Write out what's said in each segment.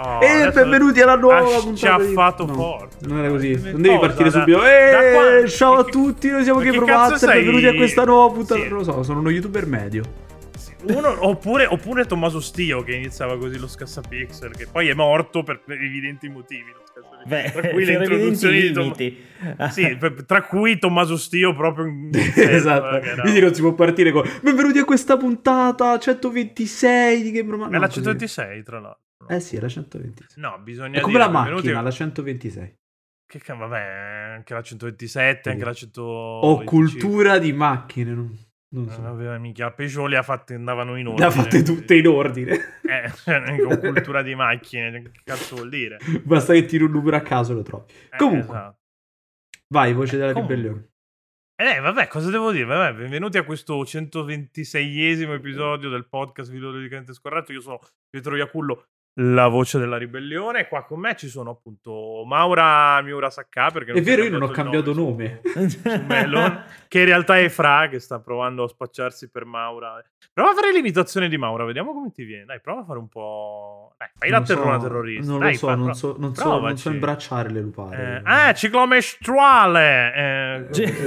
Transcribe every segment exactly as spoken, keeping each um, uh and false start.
Oh, e benvenuti alla nuova puntata. Ci ha di... fatto no, forte. Non era così. Non Cosa? devi partire Da, subito. da Eh, ciao a che, tutti, noi siamo che Game cazzo Provazza. sei? Benvenuti a questa nuova puntata. Sì. Non lo so, sono uno youtuber medio. Uno, oppure, oppure Tommaso Stio, che iniziava così lo Scassapixel, che poi è morto per evidenti motivi. Lo Beh, tra cui le introduzioni di Tom... sì, tra cui Tommaso Stio proprio in esatto. Era... quindi non si può partire con benvenuti a questa puntata centoventisei di Game Provazza. È la centoventisei, tra l'altro. Eh sì, è la centoventisei. No, bisogna è come dire la macchina, benvenuti... la centoventisei. Che c- vabbè, anche la centoventisette, sì. Anche la centoventicinque. Ho cultura di macchine, non, non so. Non aveva mica, Peugeot le ha fatte, andavano in ordine. Le ha fatte tutte in ordine. Eh, cioè, ho cultura di macchine, che cazzo vuol dire? Basta che tiri un numero a caso e lo trovi. Eh, Comunque, esatto. vai, voce della Comunque. ribellione. Eh, vabbè, cosa devo dire? Vabbè, benvenuti a questo centoventiseiesimo episodio del podcast Video Logicamente Scorretto. Io sono Pietro Iacullo, la voce della ribellione, e qua con me ci sono appunto Maura Miura Sacca, perché non è vero, io non ho cambiato nome, nome, su, su Melon, che in realtà è Fra, che sta provando a spacciarsi per Maura. Prova a fare l'imitazione di Maura, vediamo come ti viene. Dai, prova a fare un po'. Dai, fai non la terrona so, terrorista. Non Dai, lo so, fa, non so, non so, non so imbracciare le lupare. Eh, ah, ciclomestruale. Eh,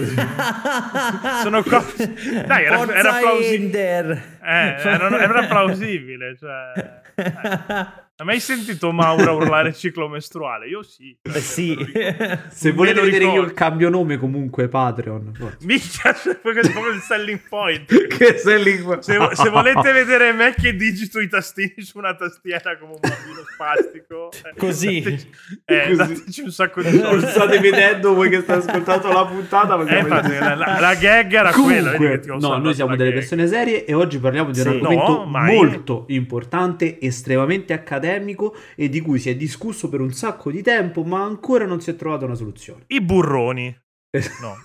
sono cose. Dai, era, era plausibile. Eh, era, era plausibile, cioè. Eh. Hai mai sentito Maura urlare ciclo mestruale? Io sì. Eh sì. Se volete vedere io il cambio nome, comunque Patreon. Minchia, cioè, quello è proprio il selling point. Che selling point? Se, se volete vedere me che digito i tastini su una tastiera come un bambino spastico, così, dateci, eh, Così. dateci un sacco di soldi. Non state vedendo voi che state ascoltando la puntata. Eh, infatti, la, la, la gag era comunque, quella. Che no, noi siamo delle gag. persone serie e oggi parliamo di un sì. argomento No, mai. molto importante, estremamente accademico e di cui si è discusso per un sacco di tempo, ma ancora non si è trovata una soluzione. I burroni. No.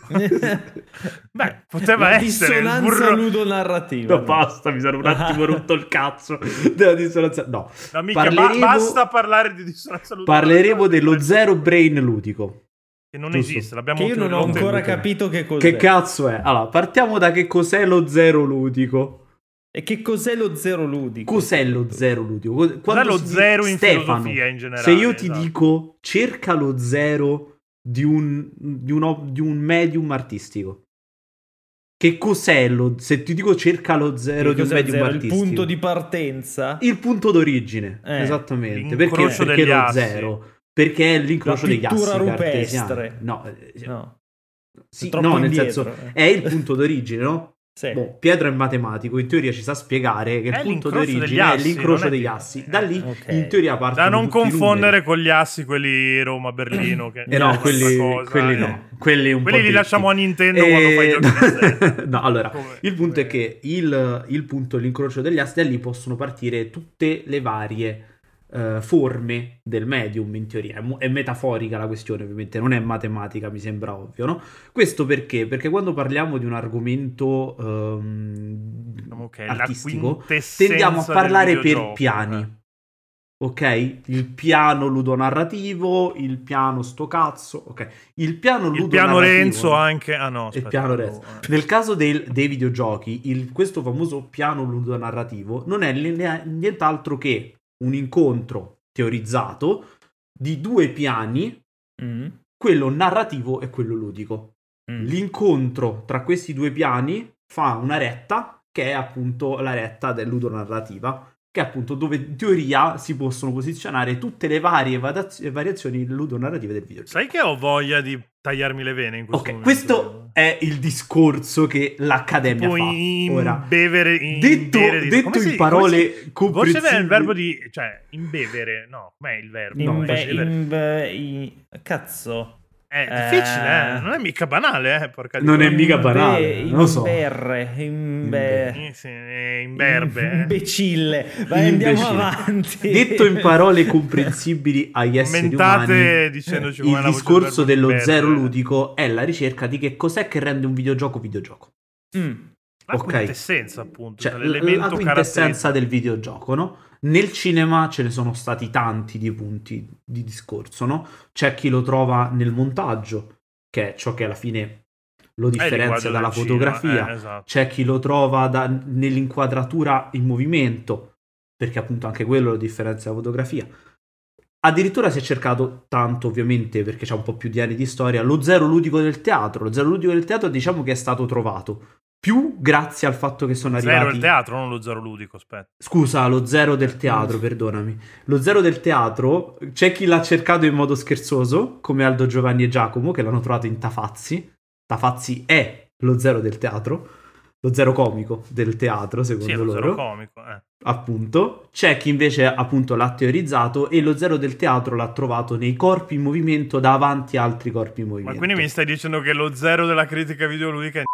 Beh, poteva la essere il dissonanza burro... ludonarrativa. No, basta, mi sono un attimo rotto il cazzo della dissonanza. No, no mica, parleremo... ba- basta parlare di dissonanza ludonarrativa. Parleremo dello zero brain ludico. Che non Giusto. esiste, l'abbiamo che io non ho ancora tenuto. capito che cos'è. Che cazzo è? Allora, partiamo da che cos'è lo zero ludico. E che cos'è lo zero ludico? Cos'è lo zero ludico? Quando cos'è lo zero in Stefano, filosofia in generale? Se io ti esatto. dico cerca lo zero di un, di un, di un medium artistico, che cos'è lo... Se ti dico cerca lo zero che di un medium zero? artistico, Il punto di partenza? Il punto d'origine, eh, esattamente. Perché, perché degli lo assi. zero? Perché è l'incrocio degli assi rupestre. No, no. sì, Troppo no nel indietro, senso eh. è il punto d'origine, no? Sì. Boh, Pietro è matematico, in teoria ci sa spiegare che È il punto l'incrocio d'origine degli è assi, l'incrocio non è degli che- assi. Da lì, Okay. in teoria, partono Da non tutti i confondere numeri. con gli assi, quelli Roma-Berlino. Che Eh no, è quelli, cosa, quelli eh. no. Quelli un Quelli po' li tricky. lasciamo a Nintendo Eh, quando fai i giochi di no, allora, Come- il punto come- è che il, il punto, l'incrocio degli assi, da lì possono partire tutte le varie eh, forme del medium, in teoria. È, mo- è metaforica la questione, ovviamente, non è matematica, mi sembra ovvio, no? Questo perché? Perché quando parliamo di un argomento ehm, Diciamo che è la artistico, quintessenza tendiamo a del parlare per videogioco, piani. eh. Ok? Il piano ludonarrativo, il piano sto cazzo, ok? Il piano Il ludonarrativo. piano Renzo anche. Ah no, Il aspetta, piano no, Renzo. eh. Nel caso del- dei videogiochi, il- questo famoso piano ludonarrativo non è ne- nient'altro che un incontro teorizzato di due piani, Mm. quello narrativo e quello ludico. Mm. L'incontro tra questi due piani fa una retta, che è appunto la retta del ludonarrativa, che è appunto dove in teoria si possono posizionare tutte le varie vadaz- variazioni ludonarrative del videogioco. Sai che ho voglia di tagliarmi le vene in questo Ok, momento? questo è il discorso che l'Accademia Tipo fa. in Ora, bevere, in detto, bere di- detto come in si- parole come si- comprensibili, Forse è il verbo di... Cioè, imbevere. No, com'è il verbo? In No, be- bevere. in be- i- Cazzo. È difficile, eh. Eh. Non è mica banale, eh. Porca di Non è Dio. mica In banale, be- non lo so. Imberre, imbe- Eh, sì, è imberbe. eh. Imbecille. Vai, andiamo Imbecille. avanti. Detto in parole comprensibili agli esseri Commentate umani, dicendoci com'è il la voce discorso del verbo dello imberbe. zero ludico è la ricerca di che cos'è che rende un videogioco videogioco. Mm. La ok. quintessenza, appunto. Cioè, Cioè, la, l'elemento la quintessenza caratteristico. del videogioco, no? Nel cinema ce ne sono stati tanti di punti di discorso, no? C'è chi lo trova nel montaggio, che è ciò che alla fine lo È il differenzia linguaggio dalla del cinema, fotografia. eh, esatto. C'è chi lo trova da- nell'inquadratura in movimento, perché appunto anche quello lo differenzia dalla fotografia. addirittura si è cercato tanto, ovviamente, perché c'ha un po' più di anni di storia, lo zero ludico del teatro. Lo zero ludico del teatro diciamo che è stato trovato più grazie al fatto che sono Zero arrivati... il teatro, non lo zero ludico, aspetta. Scusa, lo zero del teatro, perdonami. Lo zero del teatro, c'è chi l'ha cercato in modo scherzoso, come Aldo, Giovanni e Giacomo, che l'hanno trovato in Tafazzi. Tafazzi è lo zero del teatro, lo zero comico del teatro, secondo Sì, lo loro. zero comico, eh. Appunto. C'è chi invece appunto l'ha teorizzato e lo zero del teatro l'ha trovato nei corpi in movimento davanti a altri corpi in Ma movimento. quindi mi stai dicendo che lo zero della critica videoludica è...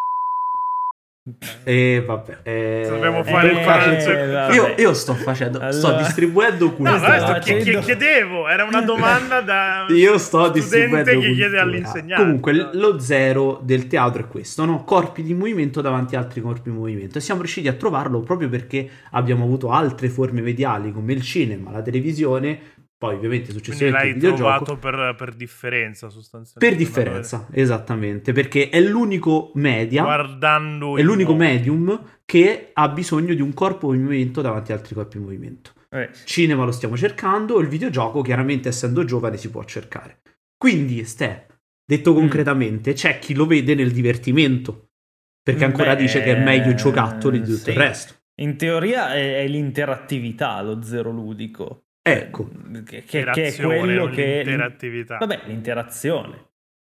E vabbè, eh, Dobbiamo fare eh, il faccio- vabbè. io, io sto facendo, sto Allora- distribuendo No, cultura. vabbè, sto Stavo chi- chi- facendo- chiedevo, era una domanda da Io sto studente distribuendo che chiede cultura. all'insegnante. Comunque, l- lo zero del teatro è questo, no? Corpi di movimento davanti a altri corpi in movimento. E siamo riusciti a trovarlo proprio perché abbiamo avuto altre forme mediali come il cinema, la televisione, poi ovviamente Quindi successivamente l'hai il videogioco. trovato per, per differenza sostanzialmente. Per differenza, esattamente, perché è l'unico media, Guardando è il l'unico mondo. medium che ha bisogno di un corpo in movimento davanti a altri corpi in movimento. Eh, sì. Cinema lo stiamo cercando, il videogioco chiaramente essendo giovane si può cercare. Quindi, Ste, detto concretamente, c'è chi lo vede nel divertimento, perché ancora Beh, dice che è meglio giocattoli di tutto sì. il resto. In teoria è, è l'interattività lo zero ludico. Ecco. Che, che- che è Interazione, quello non che... l'interattività. Vabbè, l'interazione.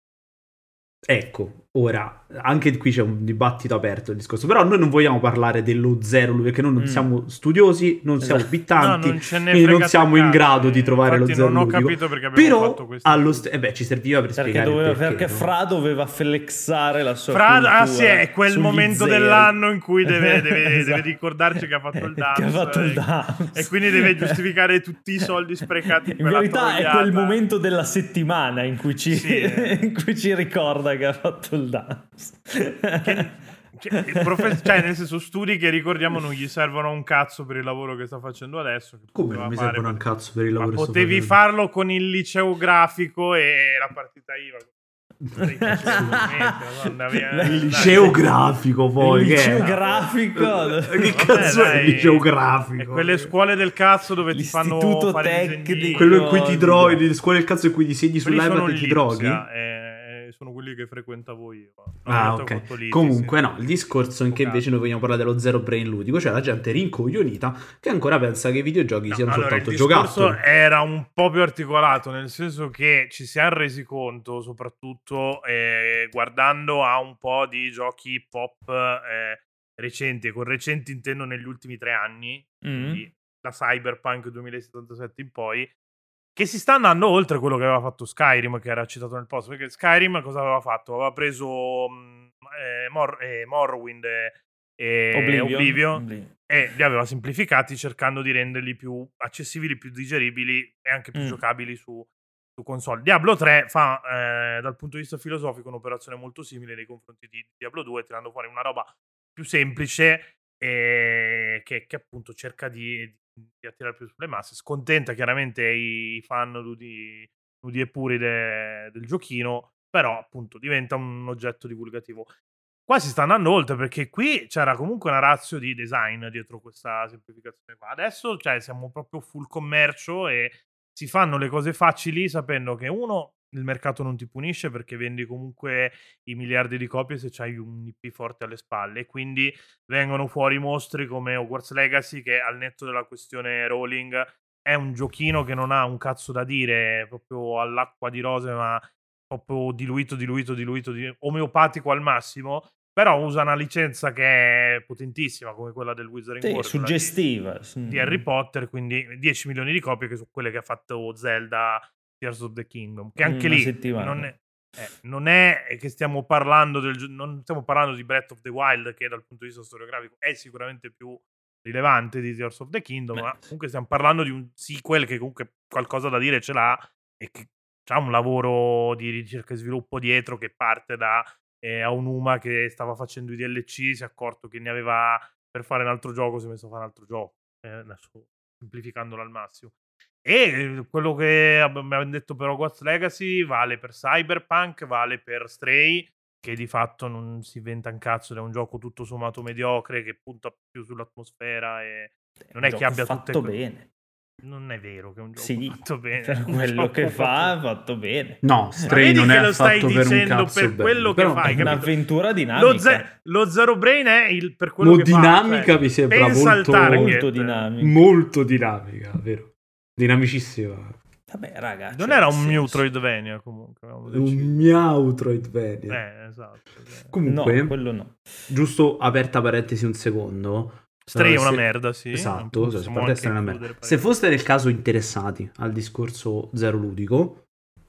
Ecco, ora, anche qui c'è un dibattito aperto il discorso, però noi non vogliamo parlare dello zero, perché noi non Mm. siamo studiosi, non siamo Esatto. bittanti, No, non ce ne e non fregate siamo in cazzo. grado di trovare Infatti lo zero non ho ludico. capito perché abbiamo Però, fatto questo. allo st- eh beh, ci serviva per Perché, spiegare doveva, il perché, perché no? Fra doveva flexare la sua Fra, cultura ah sì, è quel sugli momento zeri. dell'anno in cui deve, deve- Esatto. deve ricordarci che ha fatto il dance. Che ha fatto il e- dance. E quindi deve giustificare tutti i soldi sprecati in In quella verità è troiata. quel momento della settimana in cui ci, Sì, eh. in cui ci ricorda che ha fatto il dance. Che- cioè, il profe- cioè, nel senso, studi che ricordiamo non gli servono un cazzo per il lavoro che sta facendo adesso. che Come poteva non mi fare servono un per- cazzo per il Ma lavoro che sto potevi facendo? farlo con il liceo grafico e la partita I V A. Potevi farlo ugualmente, andavi a- Il dai. liceo grafico poi, il che liceo è? grafico. Che Vabbè, cazzo è dai, il liceo E grafico? quelle scuole del cazzo dove ti fanno L'istituto fare i tecnico. disegnini. Quello in cui ti Io- droghi, di scuola del cazzo in cui disegni Quelli sono sull'iPad e ti droghi? l'Ipsia, eh, sono quelli che frequentavo io. No, Ah, io ho ok. fatto l'Ipsia, Comunque, sì. no, il discorso è che Poca- invece noi vogliamo parlare dello zero brain ludico, cioè la gente rincoglionita che ancora pensa che i videogiochi No, siano allora, soltanto il discorso giocattoli. era un po' più articolato, nel senso che ci siamo resi conto, soprattutto eh, guardando a un po' di giochi pop eh, recenti, e con recenti intendo negli ultimi tre anni, Mm. quindi da Cyberpunk duemilasettantasette in poi, che si sta andando oltre quello che aveva fatto Skyrim, che era citato nel post, perché Skyrim cosa aveva fatto? Aveva preso mh, eh, Mor- eh, Morrowind e, e Oblivion. Oblivion Oblivion. e li aveva semplificati cercando di renderli più accessibili, più digeribili e anche più Mm. giocabili su, su console. Diablo tre fa eh, dal punto di vista filosofico un'operazione molto simile nei confronti di Diablo due, tirando fuori una roba più semplice e che, che appunto cerca di, di attirare più sulle masse. Scontenta chiaramente i fan nudi, nudi e puri de- del giochino, però appunto diventa un oggetto divulgativo. Qua si sta andando oltre perché qui c'era comunque una ratio di design dietro questa semplificazione qua. Adesso cioè, siamo proprio full commercio e si fanno le cose facili sapendo che uno, il mercato non ti punisce perché vendi comunque i miliardi di copie se c'hai un I P forte alle spalle e quindi vengono fuori mostri come Hogwarts Legacy che al netto della questione rolling è un giochino che non ha un cazzo da dire, proprio all'acqua di rose ma proprio diluito, diluito, diluito, di- omeopatico al massimo, però usa una licenza che è potentissima come quella del Wizarding Sì, World, quella di- suggestiva. di Harry Potter, quindi dieci milioni di copie che sono quelle che ha fatto Zelda Tears of the Kingdom, che anche Una lì settimana. non è, eh, non è che stiamo parlando del gio- non stiamo parlando di Breath of the Wild che dal punto di vista storiografico è sicuramente più rilevante di Tears of the Kingdom, Beh, ma sì. comunque stiamo parlando di un sequel che comunque qualcosa da dire ce l'ha e che ha un lavoro di ricerca e sviluppo dietro che parte da eh, Aonuma che stava facendo i D L C, si è accorto che ne aveva per fare un altro gioco, si è messo a fare un altro gioco, eh, adesso semplificandolo al massimo. E quello che abbiamo detto per Hogwarts Legacy vale per Cyberpunk, vale per Stray, che di fatto non si inventa un cazzo ed è un gioco tutto sommato mediocre che punta più sull'atmosfera e non è, un che gioco abbia fatto tutte que- bene. Non è vero che è un gioco sì, fatto bene. Per quello che fa, è fatto bene. No, Stray non è lo stai fatto per un dicendo cazzo per bene, quello però che fai, È un'avventura dinamica. Lo, ze- lo Zero Brain è il, per quello Mo che dinamica fa. Cioè, mi sembra pensa molto, al target. molto dinamica. Molto dinamica, vero? Dinamicissima. Vabbè, raga, Non cioè, era un nel senso- Metroidvania comunque. Un Metroidvania. Eh, esatto. Cioè. Comunque, no, quello no. Giusto aperta parentesi un secondo. Stray è Uh, una se... merda, sì. Esatto, se, Possiamo anche è una merda. includere Se foste nel caso interessati al discorso zero ludico,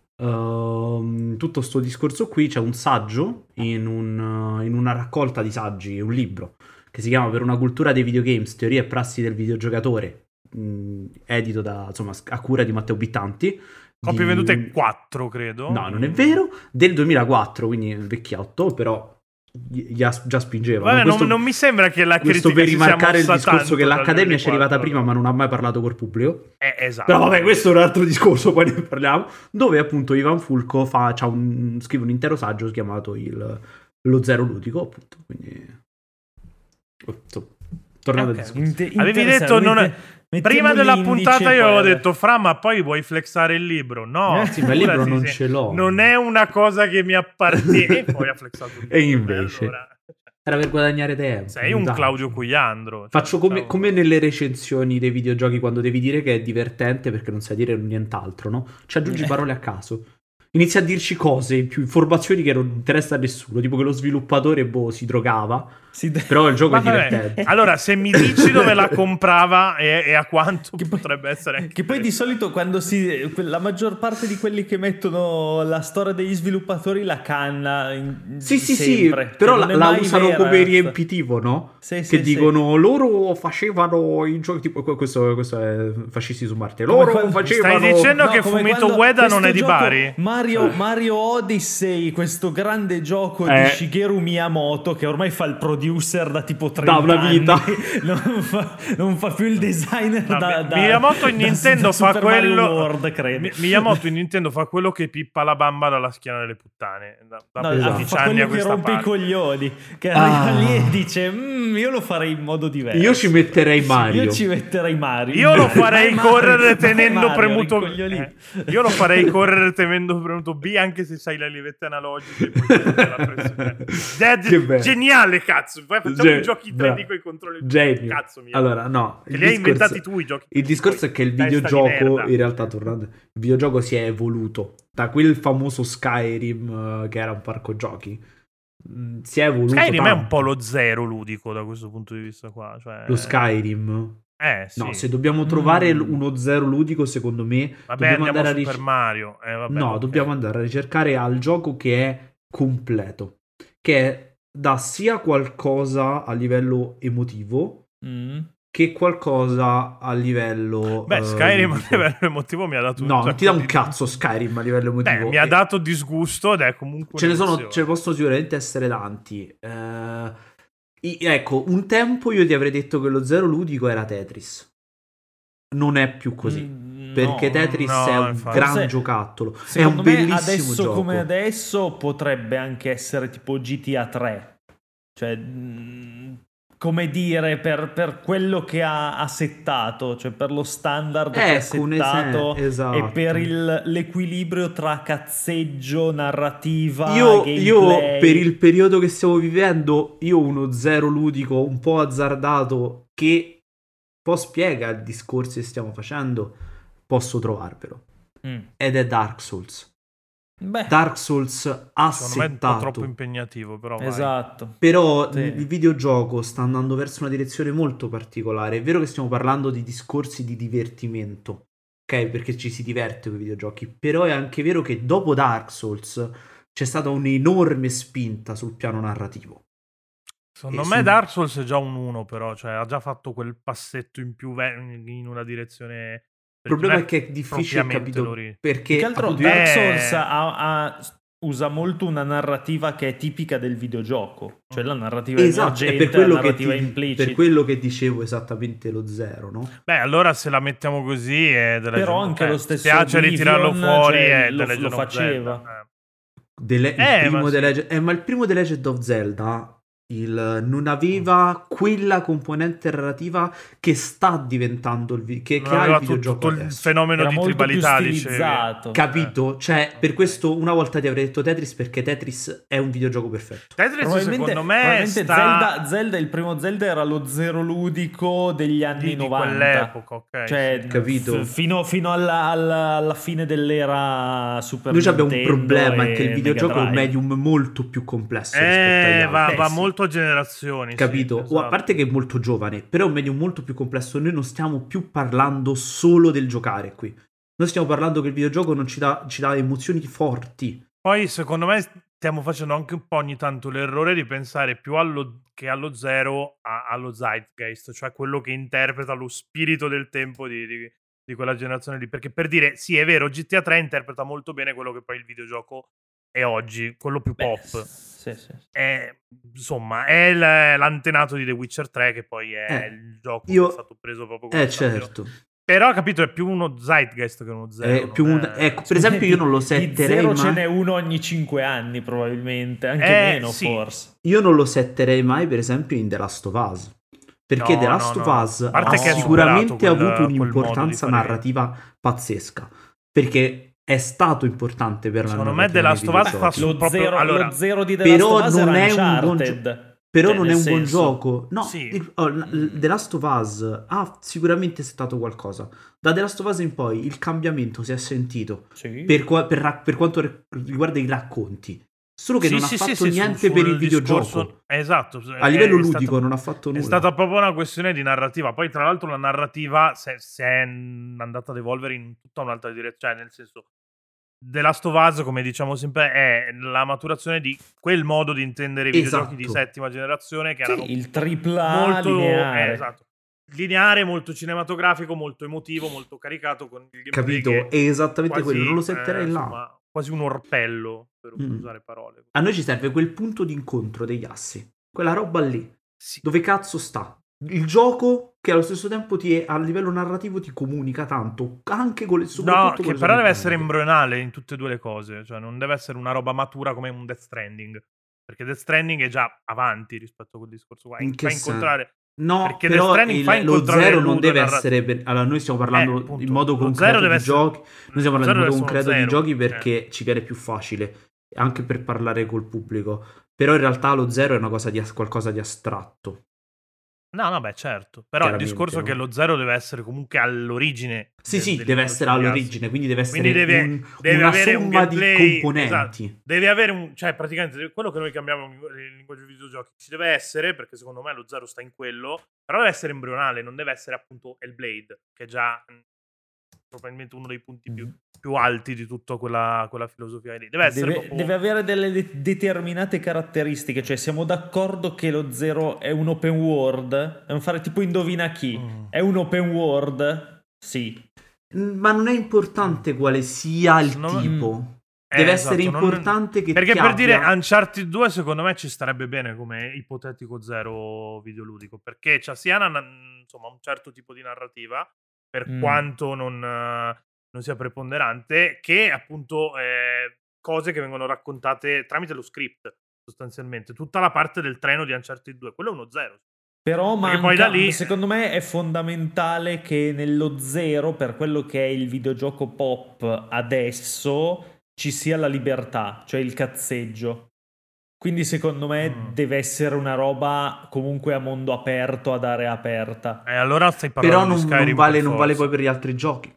uh, tutto sto discorso qui c'è un saggio in, un, in una raccolta di saggi, un libro che si chiama Per una cultura dei videogames, teorie e prassi del videogiocatore, mh, edito da, insomma, a cura di Matteo Bittanti. Copie di... vendute quattro, credo. No, non è vero, del duemilaquattro, quindi vecchiotto, però già spingeva. Vabbè, questo, non, non mi sembra che la critica questo per rimarcare il si sia mossa discorso che tanto l'Accademia dal ci è arrivata duemilaquattro, prima ma non ha mai parlato col pubblico. Eh, esatto. Però vabbè, questo è un altro discorso, poi ne parliamo. Dove appunto Ivan Fulco fa, c'ha un, scrive un intero saggio chiamato il, Lo Zero Ludico, appunto. Quindi insomma, tornando Okay. al discorso. Inter- Avevi detto non è... prima della puntata io poi... ho detto Fra, ma poi vuoi flexare il libro? No, Eh, sì, ma il libro figurati non se- ce l'ho. Non è una cosa che mi appartiene. E poi ha flexato il libro. E invece Allora, era per guadagnare tempo. sei un dai. Claudio Cugliandro. Cioè, Faccio come, diciamo- come nelle recensioni dei videogiochi quando devi dire che è divertente perché non sai dire nient'altro, no? Ci aggiungi Eh. parole a caso. Inizia a dirci cose, più informazioni che non interessa a nessuno, tipo che lo sviluppatore boh, si drogava, Sì, però il gioco Ma è vabbè, divertente. allora, se mi dici dove la comprava e, e a quanto Che poi- potrebbe essere anche Che poi di solito quando si la maggior parte di quelli che mettono la storia degli sviluppatori la canna in- Sì, sì, sempre. sì, però Cioè, la, non è la mai usano vera, come eh. riempitivo, no? Sì, Che sì, dicono loro facevano i giochi tipo questo, questo è Fascisti su Marte. Come Loro quando- facevano Stai dicendo No, che come Fumito quando Ueda non questo è di gioco- Bari? Mario, Mario Odyssey, questo grande gioco Eh. di Shigeru Miyamoto che ormai fa il producer da tipo trenta Da una vita. anni. Non fa, non fa più il designer No, da, Mi- da Miyamoto in da- Nintendo da fa Super Mario quello World, credo. Mi- Miyamoto in Nintendo fa quello che pippa la bamba dalla schiena delle puttane da, da No, Esatto. dodici fa anni a quello che questa rompe i parte. coglioni, che Ah. arriva lì e dice "Mm, io lo farei in modo diverso. Io ci metterei Mario. Io ci metterei Mario. Io lo farei Vai, Mario, correre vai, tenendo Mario, premuto rincoglionito. eh, Io lo farei correre tenendo premuto B anche se sai le livette analogiche e poi ti mette la pressione. Dead- Che bello. Geniale, cazzo. Poi facciamo Ge- i giochi tre bravo. D con i controlli. Genio. Cazzo mio. Allora, no. Che il li hai discorso- inventati tu i giochi. Il discorso è che il Testa di videogioco, merda. in realtà, tornando, il videogioco si è evoluto da quel famoso Skyrim eh, che era un parco giochi. Mm, Si è evoluto. Skyrim è un tanto. po' lo zero ludico da questo punto di vista qua. Cioè... Lo Skyrim. Eh, sì. No, se dobbiamo trovare Mm. uno zero ludico, secondo me, Vabbè, dobbiamo andiamo andare a a Super ric- Mario. Eh, vabbè, No, ok. dobbiamo andare a ricercare al gioco che è completo, che è, dà sia qualcosa a livello emotivo Mm. che qualcosa a livello Beh, eh, Skyrim a ludico. livello emotivo mi ha dato un No, non sacco ti dà un di- cazzo Skyrim a livello emotivo. Beh, mi ha E dato disgusto ed è comunque ce ne sono, un'emozione. ce ne possono sicuramente essere tanti. Eh, i- ecco, un tempo io ti avrei detto che lo zero ludico era Tetris. Non è più così. Mm, Perché no. Tetris no, è un infatti. gran Forse- giocattolo. È Secondo un me bellissimo adesso gioco. come adesso potrebbe anche essere tipo G T A tre. Cioè, mm, come dire, per, per quello che ha, ha settato, cioè per lo standard che ha Ecco, un settato esempio, esatto. e per il- l'equilibrio tra cazzeggio, narrativa, Io, gameplay. io per il periodo che stiamo vivendo, io uno zero ludico un po' azzardato che un po' spiega il discorso che stiamo facendo, posso trovarvelo. Mm. Ed è Dark Souls. Beh, Dark Souls ha Secondo me è un po' settato. troppo impegnativo, però vai. esatto. Però Sì. il videogioco sta andando verso una direzione molto particolare. È vero che stiamo parlando di discorsi di divertimento, ok? Perché ci si diverte con i videogiochi. Però è anche vero che dopo Dark Souls c'è stata un'enorme spinta sul piano narrativo. Secondo E me su- Dark Souls è già un uno, però, cioè ha già fatto quel passetto in più ve- in una direzione. Il problema non è che è difficile propriamente capito l'ori- perché Più che altro appunto, Dark Eh. Souls ha- ha- usa molto una narrativa che è tipica del videogioco, cioè la narrativa esatto, è emergente, per quello, la che narrativa ti- implicita. per quello che dicevo esattamente lo zero, no? Beh, allora se la mettiamo così è The Legend Però of- anche eh, lo stesso spiace Oblivion, ritirarlo fuori cioè, è lo- The Legend lo of faceva. Zelda, eh. The Le- il Eh, primo ma The sì. Legend- eh, ma il primo The Legend of Zelda il, non aveva quella componente narrativa che sta diventando il vi- che, che ha il videogioco tutto il adesso. fenomeno Era di molto tribalità, più dicevi. stilizzato. Capito? Eh. Cioè, per questo una volta ti avrei detto Tetris, perché Tetris è un videogioco perfetto. Tetris Probabilmente, secondo me probabilmente sta... Zelda, Zelda, il primo Zelda era lo zero ludico degli anni di, di novanta. quell'epoca, ok. Cioè, sì. Capito? f- fino, fino alla, alla, alla fine dell'era Super Noi abbiamo un Nintendo problema, è e che il videogioco è un Mega Drive. medium molto più complesso rispetto agli Eh, altri. va, Eh, va sì. molto a generazioni. Capito? Sì, O a esatto. parte che è molto giovane, però è un medium molto più complesso. Noi non stiamo più parlando solo del giocare qui. Noi stiamo parlando che il videogioco non ci dà, ci dà emozioni forti. Poi secondo me stiamo facendo anche un po' ogni tanto l'errore di pensare più allo, che allo zero a, allo zeitgeist, cioè quello che interpreta lo spirito del tempo di, di, di quella generazione lì. Perché per dire, sì, è vero, G T A tre interpreta molto bene quello che poi il videogioco è oggi, quello più Beh, pop. sì, sì. È, insomma, è l- l'antenato di The Witcher tre, che poi è Eh, il gioco io- che è stato preso proprio come Eh, stabilo. certo. Però, capito, è più uno zeitgeist che uno zero. È non più un- è- ecco, per esempio, io non lo Di setterei zero ce mai. n'è uno ogni cinque anni probabilmente, anche Eh, meno sì. forse. Io non lo setterei mai, per esempio, in The Last of Us. Perché No, The Last no, of no. Us A parte ha che è sicuramente superato quel- avuto quel modo di un'importanza fare. narrativa pazzesca. Perché è stato importante per la Secondo me narrativa The Last nei of Us videogiochi. fa su- Lo proprio- zero, allora, lo zero di The però Last of Us non era è un buon Uncharted. Però Cioè, non è nel un buon senso- gioco. No, Sì. il- oh, l- l- The Last of Us ha sicuramente settato qualcosa. Da The Last of Us in poi il cambiamento si è sentito Sì. per, qua- per ra- per quanto re- riguarda i racconti. Solo che Sì, non sì, ha sì, fatto sì, niente sul- per il sul videogioco. discorso- esatto. A livello è ludico stato- non ha fatto nulla. È stata proprio una questione di narrativa. Poi, tra l'altro, la narrativa si è, si è andata ad evolvere in tutta un'altra direzione. Cioè, nel senso, The Last of Us, come diciamo sempre, è la maturazione di quel modo di intendere i Esatto. videogiochi di settima generazione che Sì, erano il tripla A molto lineare. eh, esatto. lineare, molto cinematografico, molto emotivo, molto caricato con il gameplay Capito? che È esattamente quasi, quello. Non lo setterei eh, là. insomma, quasi un orpello, per Mm. usare parole. A noi ci serve quel punto di incontro degli assi. Quella roba lì. Sì. Dove cazzo sta? Il gioco che allo stesso tempo ti a livello narrativo ti comunica tanto, anche con le No, soprattutto con che le però deve sue essere meccaniche. embrionale in tutte e due le cose, cioè non deve essere una roba matura come un Death Stranding, perché Death Stranding è già avanti rispetto a quel discorso qua. In che Fa incontrare No, perché però Death Stranding il- fa lo incontrare zero il non ludo deve narrativo. essere per- allora noi stiamo parlando Eh, appunto, in modo lo concreto zero di deve essere- giochi, noi stiamo lo parlando in zero modo deve essere concreto uno di zero, giochi perché ci viene più facile anche per parlare col pubblico, però in realtà lo zero è una cosa di as- qualcosa di astratto. No, no, beh, certo. Però il Chiaramente, discorso è no? che lo zero deve essere comunque all'origine. Sì, del- sì, del deve linguaggio essere degli all'origine, assi. quindi deve essere Quindi deve, un- deve una avere un somma di gameplay, componenti. esatto. Deve avere un, cioè praticamente quello che noi chiamiamo il linguaggio dei videogiochi ci deve essere, perché secondo me lo zero sta in quello, però deve essere embrionale, non deve essere appunto Hellblade, che è già mh, probabilmente uno dei punti più, più alti di tutta quella, quella filosofia lì. Deve essere Deve, proprio... deve avere delle de- determinate caratteristiche, cioè siamo d'accordo che lo zero è un open world, è un fare tipo indovina chi, Mm. è un open world? Sì. Mm, Ma non è importante quale sia il Non- tipo. Eh, Deve esatto, essere non- importante che Perché ti per abbia- dire Uncharted due secondo me ci starebbe bene come ipotetico zero videoludico, perché c'ha sia una, insomma, un certo tipo di narrativa, per Mm. quanto non, eh, non sia preponderante, che appunto eh, cose che vengono raccontate tramite lo script, sostanzialmente. Tutta la parte del treno di Uncharted due, quello è uno zero. Però Perché manca, poi da lì- secondo me è fondamentale che nello zero, per quello che è il videogioco pop adesso, ci sia la libertà, cioè il cazzeggio. Quindi secondo me Mm. deve essere una roba comunque a mondo aperto, ad area aperta. E allora stai parlando Però non, di non Skyrim vale, per non vale forza. poi per gli altri giochi.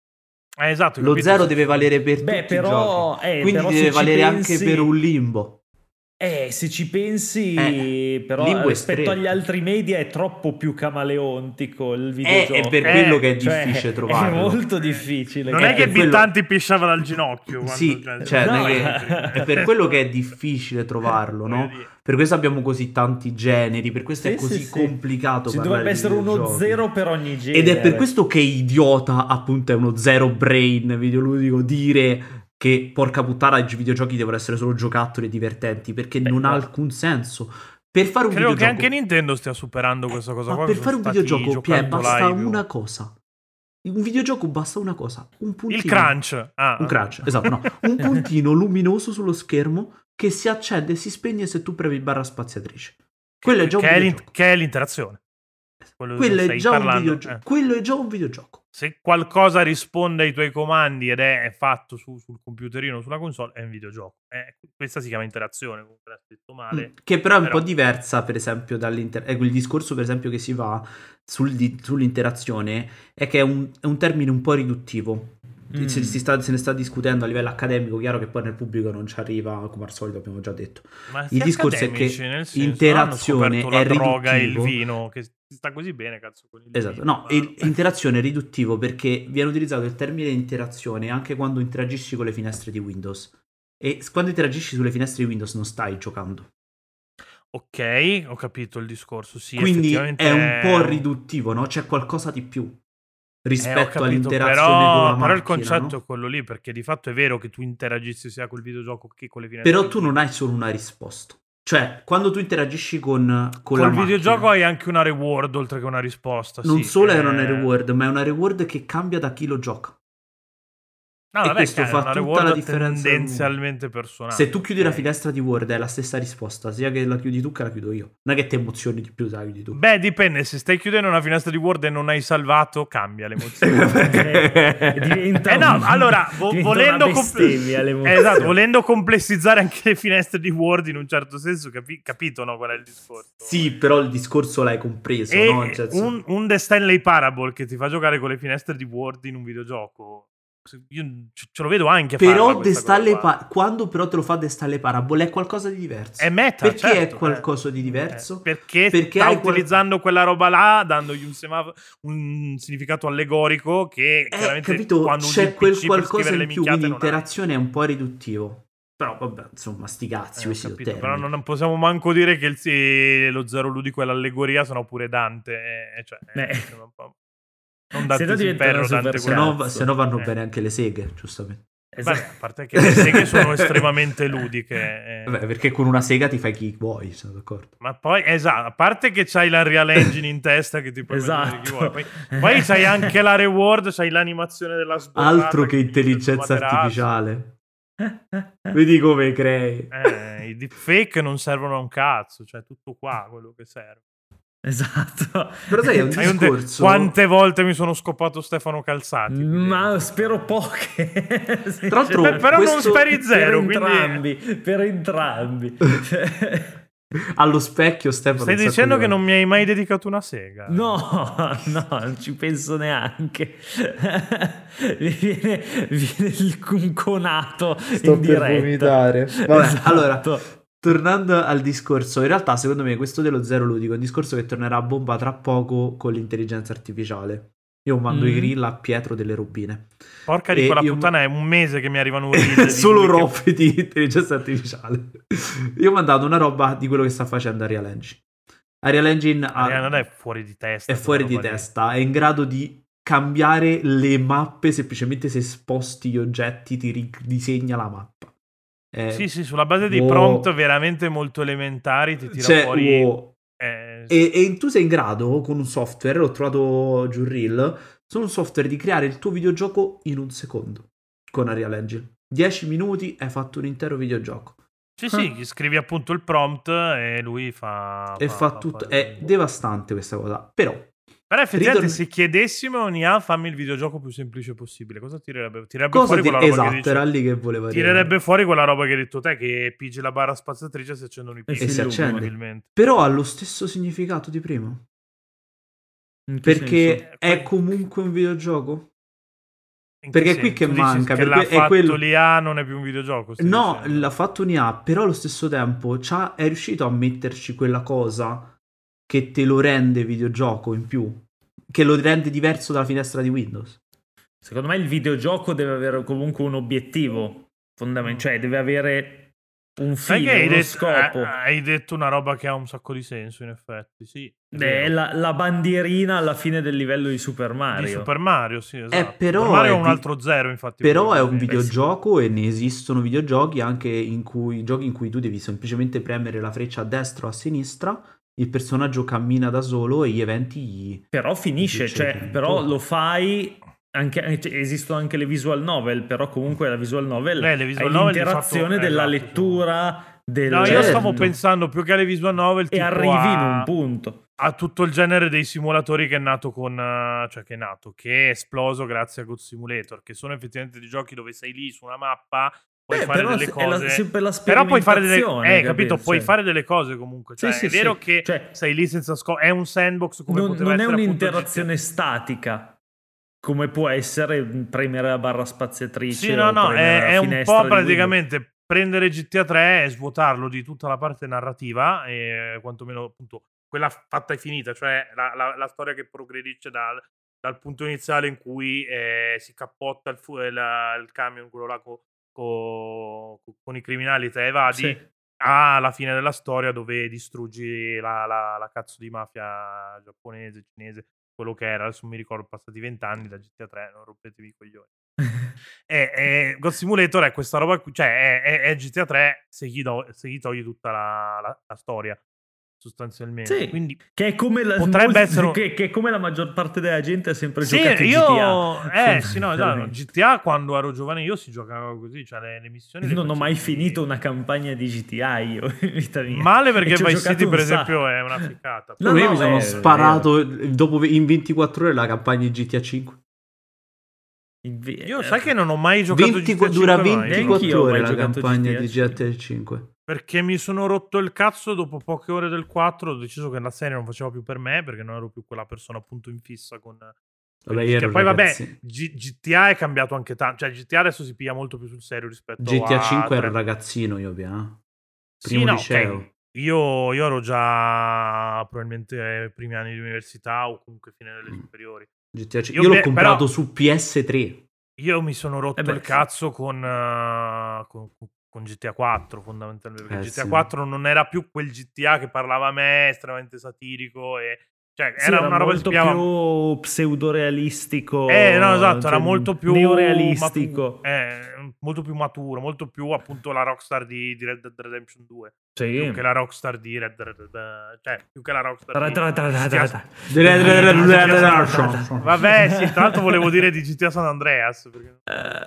Eh, esatto, hai Lo capito? zero deve valere per Beh, tutti però, i giochi. eh, Quindi però se deve ci valere pensi- anche per un limbo. Eh, se ci pensi, Eh, però Limbo è rispetto stretto. agli altri media è troppo più camaleontico il È, videogioco. è per Eh, quello che è Cioè, difficile è trovarlo. molto difficile. Non È è che per quello- Bittanti pisciava dal ginocchio. quando- Sì, cioè, no, non è, eh. che- è per quello che è difficile trovarlo, no? Voglio dire. Per questo abbiamo così tanti generi, per questo è Sì, così sì, sì. complicato Ci parlare dovrebbe di essere uno videogiochi. zero per ogni genere. Ed è per questo che è idiota, appunto, è uno zero brain videoludico dire che porca puttana i videogiochi devono essere solo giocattoli e divertenti, perché Beh, non no. ha alcun senso. Per fare un Credo che videogioco, anche Nintendo stia superando questa cosa ma qua. per sono fare un stati videogioco, Pia, giocando basta live. una cosa. Un videogioco basta una cosa, un puntino. Il crunch. Ah, Un crunch, esatto, no. Un puntino luminoso sullo schermo che si accende e si spegne se tu premi barra spaziatrice. Quello è già un che, è videogioco. che è l'interazione. Quello, Quello, è già un videogioco. Eh. Quello è già un videogioco. Se qualcosa risponde ai tuoi comandi ed è, è fatto su, sul computerino o sulla console, è un videogioco. Eh, questa si chiama interazione, comunque l'ha detto male. Mm, che però è un però... po' diversa, per esempio, dall'interazione. Ecco, il discorso, per esempio, che si va sul di- sull'interazione è che è un, è un termine un po' riduttivo. Mm. Se, si sta, se ne sta discutendo a livello accademico, chiaro che poi nel pubblico non ci arriva, come al solito abbiamo già detto. Ma il discorso è che senso, interazione è la droga e il riduttivo. vino, che sta così bene, cazzo, con il esatto, vino, no, il, interazione è riduttivo perché viene utilizzato il termine interazione anche quando interagisci con le finestre di Windows. E quando interagisci sulle finestre di Windows non stai giocando. Ok, ho capito il discorso, sì. Quindi è un po' riduttivo, no? C'è qualcosa di più rispetto eh, capito, all'interazione però, con la però macchina, il concetto no? è quello lì, perché di fatto è vero che tu interagissi sia col videogioco che con le finestre. Però tu non hai solo una risposta. Cioè, quando tu interagisci con, con Col la videogioco macchina, hai anche una reward oltre che una risposta. non sì, solo che... è una reward, ma è una reward che cambia da chi lo gioca. No, e vabbè, questo è fa una tutta la reward differenza. tendenzialmente personale. Se tu chiudi okay. la finestra di Word è la stessa risposta, sia che la chiudi tu che la chiudo io. Non è che ti emozioni di più se la chiudi tu. Beh, dipende, se stai chiudendo una finestra di Word e non hai salvato, cambia l'emozione. eh, diventa eh no, un, allora, vo- volendo, compl- esatto, volendo complessizzare anche le finestre di Word in un certo senso, capi- capito, no, qual è il discorso? Sì, però il discorso l'hai compreso, e no? Cioè, un, un The Stanley Parable che ti fa giocare con le finestre di Word in un videogioco, io ce lo vedo anche a però The Stanley pa- quando però te lo fa The Stanley Parable è qualcosa di diverso. È meta, perché certo, è qualcosa eh. di diverso? Eh, perché, perché sta hai utilizzando qual- quella roba là, dandogli un, semaf- un significato allegorico che eh, chiaramente capito, quando c'è quel per qualcosa in le più, quindi non l'interazione è un po' riduttivo. Però vabbè, insomma, sti cazzi, eh, questi capito, termini. però non possiamo manco dire che il, sì, lo zero ludico e l'allegoria sono pure Dante, eh, cioè, eh, un po'. Non Dante Inferno, Dante se no, se no vanno eh. bene anche le seghe, giustamente. Esatto. Beh, a parte che le seghe sono estremamente ludiche. Eh. Beh, perché con una sega ti fai chi vuoi, sono d'accordo. Ma poi, esatto, a parte che c'hai la Real Engine in testa che ti puoi esatto. chi vuoi. Poi, poi c'hai anche la reward, c'hai l'animazione della sborrata. Altro che, che intelligenza artificiale. Vedi come crei. Eh, i deepfake non servono a un cazzo, cioè tutto qua quello che serve. Esatto. Però sai, è un discorso... Quante volte mi sono scopato Stefano Calzati? Ma spero poche. Tra l'altro, per, però questo... non speri zero. Per quindi... entrambi, per entrambi. Allo specchio, Stefano. Stai dicendo che non mi hai mai dedicato una sega? No, no, non ci penso neanche. viene, viene il cunconato Sto in per diretta. vomitare. Vabbè, esatto. Allora, tornando al discorso, in realtà secondo me questo dello zero ludico è un discorso che tornerà a bomba tra poco con l'intelligenza artificiale. Io mando mm. i reel a Pietro delle robine. Porca di quella puttana, è un mese che mi arrivano reel solo robe che... di intelligenza artificiale. Io ho mandato una roba di quello che sta facendo Unreal Engine. Unreal Engine ha... è fuori di testa. È fuori di testa, è in grado di cambiare le mappe semplicemente se sposti gli oggetti, ti ridisegna la mappa. Eh, sì, sì, sulla base di wow. prompt veramente molto elementari ti tira cioè, fuori... Wow. Eh, e, e tu sei in grado con un software, l'ho trovato giù Reel, sono un software di creare il tuo videogioco in un secondo con Unreal Engine. dieci minuti hai fatto un intero videogioco. Sì, ah. sì, gli scrivi appunto il prompt e lui fa... E fa, fa tutto, è devastante questa cosa, però... Però effettivamente Ritorn... se chiedessimo a Nia fammi il videogioco più semplice possibile, cosa tirerebbe? Tirerebbe cosa fuori ti... quella roba esatto, che dice... era lì che voleva dire. Tirerebbe fuori quella roba che hai detto te, che pigi la barra spaziatrice e si accendono i pixel. E si accende. Però ha lo stesso significato di prima. Perché senso? È comunque un videogioco? In perché che è qui che tu manca. Che perché l'ha è fatto quello... l'I A non è più un videogioco? No, dicendo. l'ha fatto un'I A, però allo stesso tempo c'ha... è riuscito a metterci quella cosa che te lo rende videogioco in più. Che lo rende diverso dalla finestra di Windows. Secondo me il videogioco deve avere comunque un obiettivo fondamentale, cioè deve avere un fine, uno detto, scopo. Hai detto una roba che ha un sacco di senso, in effetti, sì. È la, la bandierina alla fine del livello di Super Mario. Di Super Mario, sì, esatto. Eh, però Super Mario è un di... altro zero, infatti. Però è un videogioco e ne esistono videogiochi anche in cui giochi in cui tu devi semplicemente premere la freccia a destra o a sinistra. Il personaggio cammina da solo e gli eventi gli... Però finisce, cioè, però lo fai... Anche, esistono anche le visual novel, però comunque la visual novel Beh, le visual è novel l'interazione fatto, della esatto, lettura del... No, io Certo. stavo pensando più che alle visual novel, e tipo arrivi a... in un punto. a tutto il genere dei simulatori che è nato con uh, cioè che è nato, che è esploso grazie a God Simulator, che sono effettivamente dei giochi dove sei lì su una mappa, puoi Beh, fare però delle è la, cose, sempre la però puoi fare delle sperimentazione, eh, capito, capito? puoi Cioè, fare delle cose comunque, cioè sì, è sì, vero sì. che Cioè, sei lì senza scopo, è un sandbox come non, poteva non è essere appunto un'interazione G T A. statica, come può essere premere la barra spaziatrice Sì, no, o no, premere è, la è un finestra po' di Windows. praticamente prendere G T A tre e svuotarlo di tutta la parte narrativa, e quantomeno appunto quella fatta e finita, cioè la, la, la storia che progredisce dal, dal punto iniziale in cui eh, si cappotta il, fu- il, il camion, quello là co- co- con i criminali, te evadi, Sì. alla fine della storia dove distruggi la, la, la cazzo di mafia giapponese, cinese, quello che era, adesso non mi ricordo, passati vent'anni da G T A tre, non rompetevi i coglioni. E, e God Simulator è questa roba qui, cioè è, è, è G T A tre se gli, do, se gli togli tutta la, la, la storia sostanzialmente. Sì, Quindi che è come la, potrebbe molti, essere un... che, che è come la maggior parte della gente ha sempre sì, giocato io... G T A. Eh sì, no, esatto. G T A quando ero giovane io si giocava così, cioè le, le missioni le Non ho mai facevi- finito una campagna di G T A io in vita mia. Male E perché ci ho Vice giocato City un per sacco. esempio è una ficata. No, No, io no, mi sono è sparato dopo in ventiquattro ore la campagna di G T A cinque. Inve- Io sai che non ho mai giocato venti, G T A dura cinque mai, Neanch'io ventiquattro ho ore mai la giocato campagna G T A di G T A cinque. perché mi sono rotto il cazzo dopo poche ore del quattro, ho deciso che la serie non faceva più per me, perché non ero più quella persona appunto in fissa con, con Vabbè, G T A. io ero Poi ragazzi- vabbè, G- GTA è cambiato anche tanto, cioè G T A adesso si piglia molto più sul serio rispetto G T A a cinque ero tre. ragazzino io, Pia. Sì, Primo no, liceo. ok. Io, io ero già probabilmente ai primi anni di università o comunque fine delle Mm. superiori. G T A cinque. Io Io, l'ho beh, comprato però- su P S tre. Io mi sono rotto Eh beh, il cazzo con, uh, con, con G T A quattro fondamentalmente, perché Eh, G T A sì. quattro non era più quel G T A che parlava a me, estremamente satirico, e cioè Sì, era, era una roba che si molto chiamava... più pseudorealistico. Eh, no, esatto, era cioè, molto più neorealistico. maturo, eh, molto più maturo, molto più appunto la Rockstar di, di Red Dead Redemption due. Sì. Più che la Rockstar di Red Dead Redemption, cioè più che la Rockstar Tra- di tra- tra- tra- G T A. tra- tra- Vabbè, sì, tra l'altro volevo dire di G T A San Andreas, perché,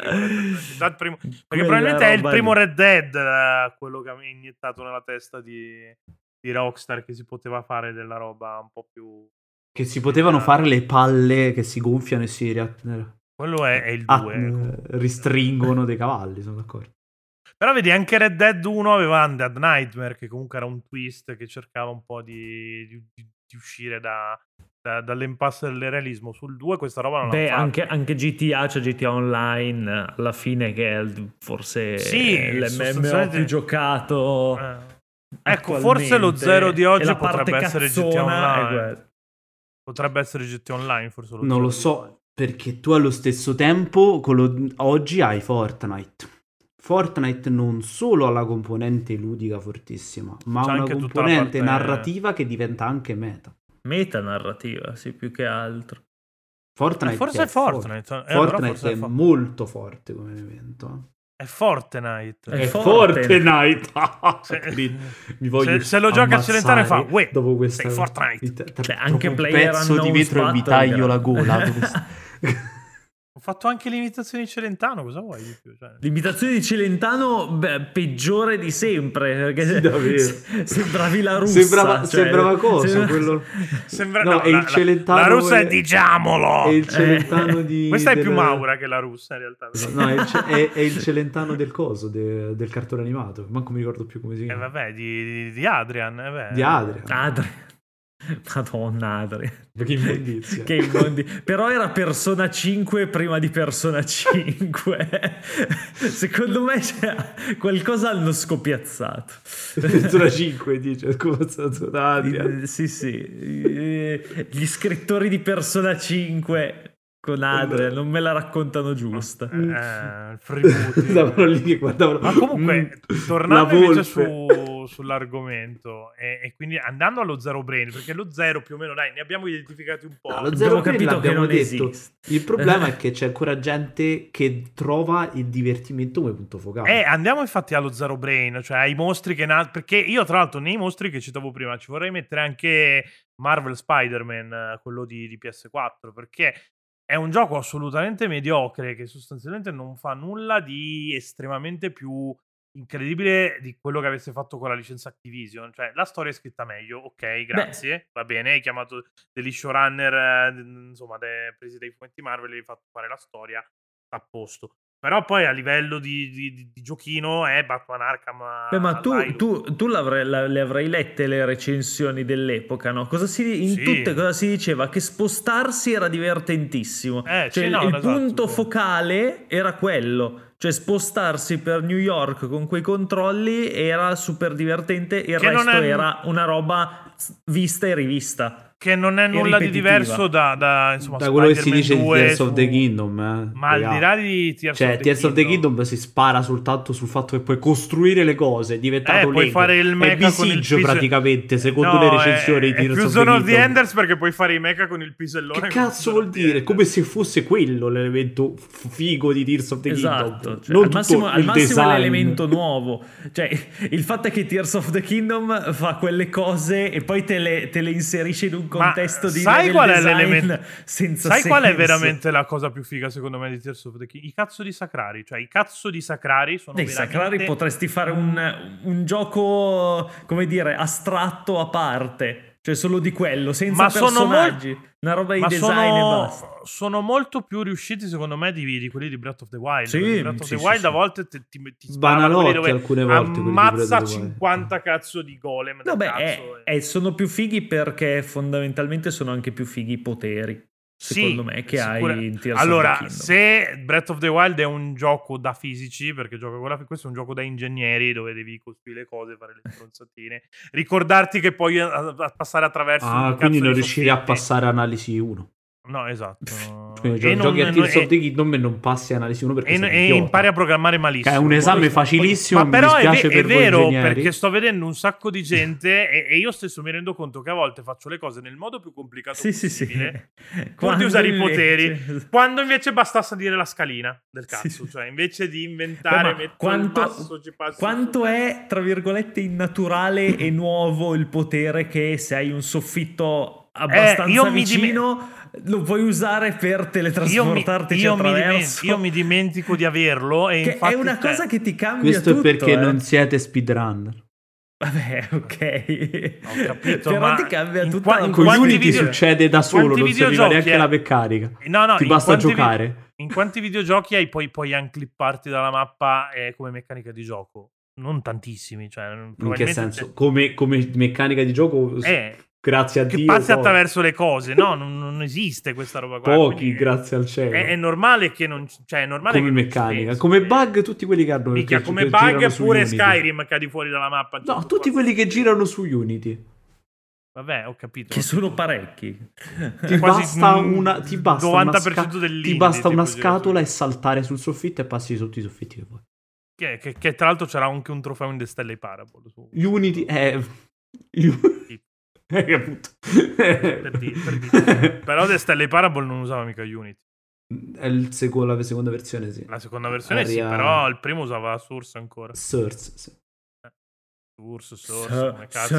il primo, perché Quella probabilmente è il roba primo lì. Red Dead eh, quello che mi ha iniettato nella testa di, di Rockstar, che si poteva fare della roba un po' più... Che si potevano fare le palle che si gonfiano e si ria- Quello è, è il ah, due. eh, ristringono dei cavalli, sono d'accordo. Però vedi, anche Red Dead uno aveva Undead Nightmare, che comunque era un twist che cercava un po' di, di, di uscire da, da, dall'impasse del realismo. Sul due questa roba non Beh, l'hanno anche, fatta. anche G T A, c'è G T A Online alla fine, che è il- forse Sì, l'M M O sostanzialmente- più giocato. Eh. Ecco, forse lo zero di oggi e la parte potrebbe essere G T A cazzona è Online. quella. Potrebbe essere G T A Online, forse lo Non zero lo di so, oggi. perché tu allo stesso tempo con lo- oggi hai Fortnite. Fortnite non solo ha la componente ludica fortissima, ma C'è ha una anche tutta la componente parte- narrativa che diventa anche meta. Meta narrativa, sì, più che altro. Fortnite Eh, forse è è Fortnite. forte. Eh, allora Fortnite forse è è Fo- molto forte come evento. È Fortnite. È È Fortnite. Fortnite. Se- Quindi mi voglio se, se lo gioca a Celentano e fa, ammazzare uè, dopo questa sei Fortnite. Ti- ti- Cioè, dopo anche un Player pezzo di Unknown's vetro e mi Battle, taglio la gra- gola. dopo questa- Ho fatto anche l'imitazione di Celentano, cosa vuoi di più? Cioè, L'imitazione di Celentano, beh, peggiore di sempre, perché Sì, davvero. se- sembravi la russa. Sembrava, cioè, sembrava cosa? sembra- Quello... sembra, No, no, è la, il la- Celentano la russa è è- diciamolo. È il Celentano di... Questa è più del- Maura che la russa in realtà. No, è il, ce- è- è il Celentano del coso, de- del cartone animato. Manco mi ricordo più come si Eh, chiama. vabbè, di, di- di Adrian. eh, beh. Di Adrian. Adrian. Madonna, Adrian. Che immondizia. Che immondi- Però era Persona cinque prima di Persona cinque. Secondo me c'è qualcosa hanno scopiazzato. Persona cinque dice, scusa, da Adrian. Eh, Sì, sì. Eh, Gli scrittori di Persona cinque con Adrian non me la raccontano giusta. Eh, il freebooting. Stavano lì che guardavano. Ma comunque, Mm, tornando la invece volpe. su, sull'argomento e, e quindi andando allo zero brain, perché lo zero più o meno, dai, ne abbiamo identificati un po'. No, lo Abbiamo zero brain capito che l'abbiamo non detto. esiste. Il problema è che c'è ancora gente che trova il divertimento come punto focale. Eh, andiamo infatti allo zero brain, cioè ai mostri che na- perché io tra l'altro nei mostri che citavo prima ci vorrei mettere anche Marvel Spider-Man, eh, quello di, di P S quattro, perché è un gioco assolutamente mediocre che sostanzialmente non fa nulla di estremamente più incredibile di quello che avesse fatto con la licenza Activision. Cioè, la storia è scritta meglio, ok, grazie, Beh. va bene, hai chiamato degli showrunner, eh, insomma, de, presi dai fumetti Marvel e hai fatto fare la storia, a posto. Però poi a livello di, di, di, di giochino è Batman Arkham. Beh, ma tu, tu, tu l'avrei, la, le avrai lette le recensioni dell'epoca, no? Cosa si, in sì. tutte cosa si diceva? Che spostarsi era divertentissimo. Eh, cioè sì, il, no, il esatto, punto sì. focale era quello. Cioè spostarsi per New York con quei controlli era super divertente. Il che resto è... era una roba vista e rivista. Che non è nulla di diverso da, da, insomma, da quello che si dice di Tears su... of the Kingdom, eh. Ma al di là di Tears, cioè, of, the Tears of the Kingdom Kingdom si spara soltanto sul fatto che puoi costruire le cose, è diventato eh, puoi Lego. fare il mecha è con il Siege praticamente, secondo no, le recensioni è, di Tears è più of Zone the of the Enders perché puoi fare i mecha con il pisellone. Che cazzo vuol dire? Come se fosse quello l'elemento figo di Tears of the esatto, Kingdom. Cioè, non al massimo, tutto al il massimo design. l'elemento nuovo. Cioè, il fatto è che Tears of the Kingdom fa quelle cose e poi te le, te le inserisce in un contesto Ma di sai qual è l'elemento? Senza sai senso. Qual è veramente la cosa più figa secondo me di Tears of the Kingdom? I cazzo di sacrari. Cioè i cazzo di sacrari sono dei veramente... sacrari potresti fare un, un gioco, come dire, astratto a parte, cioè solo di quello, senza ma personaggi, sono mol... una roba di ma design sono... e basta. Sono molto più riusciti secondo me di, di quelli di Breath of the Wild. Sì, Breath of sì, the sì, Wild sì. a volte ti, ti, ti banalotti dove alcune volte ammazza cinquanta cazzo di golem. No, beh, cazzo è, è, sono più fighi perché fondamentalmente sono anche più fighi i poteri. Secondo sì, me che sicura... hai in Tears allora, of the Kingdom. se Breath of the Wild è un gioco da fisici, perché gioca con la... questo è un gioco da ingegneri dove devi costruire le cose, fare le stronzatine, ricordarti che poi a, a passare attraverso ah, quindi non riuscirei a passare analisi uno. No, esatto. Quindi gio- giochi a Tears of the Kingdom e non passi analisi uno perché e, sei e impari a programmare malissimo. Che è un esame facilissimo. Ma però mi è, dispiace ve- è per vero, voi perché sto vedendo un sacco di gente e, e io stesso mi rendo conto che a volte faccio le cose nel modo più complicato sì, possibile sì, sì. pur di usare invece... i poteri, quando invece bastasse dire la scalina del cazzo, sì, sì. cioè invece di inventare Beh, quanto, passo, ci passo quanto è, tra virgolette, innaturale e nuovo il potere che se hai un soffitto abbastanza eh, io vicino... Mi dim- lo puoi usare per teletrasportarti io, io, attraverso. Mi io mi dimentico di averlo e che infatti è una cioè, cosa che ti cambia questo tutto, è perché eh. non siete speedrunner. Vabbè, ok. Ho capito, però ma ti cambia tutta qua- la con Unity video... succede da solo, non serviva neanche è... la meccanica. No, no, ti basta giocare. Vi... in quanti videogiochi hai poi puoi unclipparti dalla mappa eh, come meccanica di gioco? Non tantissimi, cioè in che senso? C'è... Come, come meccanica di gioco? Eh, grazie a che Dio. Che passi poi. attraverso le cose, no? Non, non esiste questa roba qua. Pochi, grazie al cielo. È, è normale che non... Cioè, è normale come che meccanica. Come bug tutti quelli che hanno... Mica, che, come che bug pure Unity. Skyrim cadi fuori dalla mappa. No, tutti quelli che girano su Unity. Vabbè, ho capito. Che sono parecchi. Ti basta una ti basta novanta per una, cento sca- ti basta una scatola e saltare sul soffitto e passi sotto i soffitti che vuoi. Che, che, che tra l'altro c'era anche un trofeo in The Stellar Parable. Su. Unity è... Unity. Hai capito? per dire, per dire. Però The Stellar Parable non usava mica Unity. È il secondo, la seconda versione, sì. La seconda versione Aria... sì, però il primo usava Source ancora. Source, sì. Source, Source, come cazzo.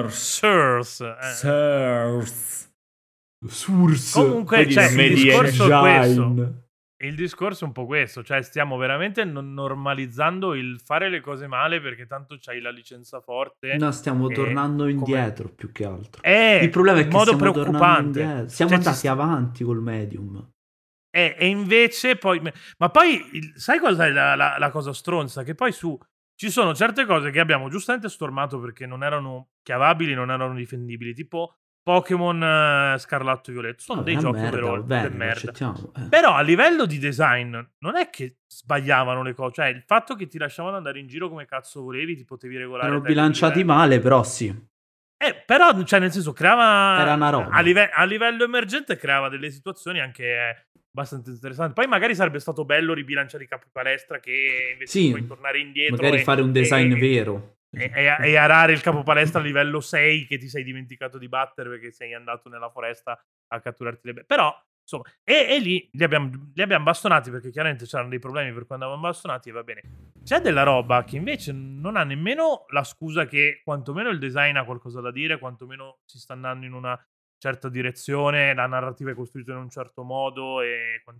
Source. Source. Eh. Source. Source. Comunque, cioè, il discorso è questo. Il discorso è un po' questo, cioè stiamo veramente non normalizzando il fare le cose male perché tanto c'hai la licenza forte. No, stiamo e tornando indietro come... più che altro. È il problema è che modo stiamo preoccupante. Tornando siamo cioè, andati ci... avanti col medium. E, e invece poi... Ma poi, il... sai cosa è la, la, la cosa stronza? Che poi su... Ci sono certe cose che abbiamo giustamente stormato perché non erano chiavabili, non erano difendibili, tipo... Pokémon uh, Scarlatto e Violetto sono vabbè, dei giochi merda, overall bene, di merda. Eh. Però a livello di design non è che sbagliavano le cose, cioè il fatto che ti lasciavano andare in giro come cazzo volevi, ti potevi regolare. Erano bilanciati male, però sì. Eh, però, cioè, nel senso, creava era una roba. A, live- a livello emergente creava delle situazioni anche eh, abbastanza interessanti. Poi magari sarebbe stato bello ribilanciare i capi palestra che invece sì, puoi tornare indietro magari e, fare un design e, vero. E, e, e arare il capo palestra a livello sei che ti sei dimenticato di battere perché sei andato nella foresta a catturarti le be- però insomma e, e lì li abbiamo, li abbiamo bastonati perché chiaramente c'erano dei problemi per cui andavamo bastonati e va bene. C'è della roba che invece non ha nemmeno la scusa che quantomeno il design ha qualcosa da dire, quantomeno si sta andando in una certa direzione, la narrativa è costruita in un certo modo e quant'altro.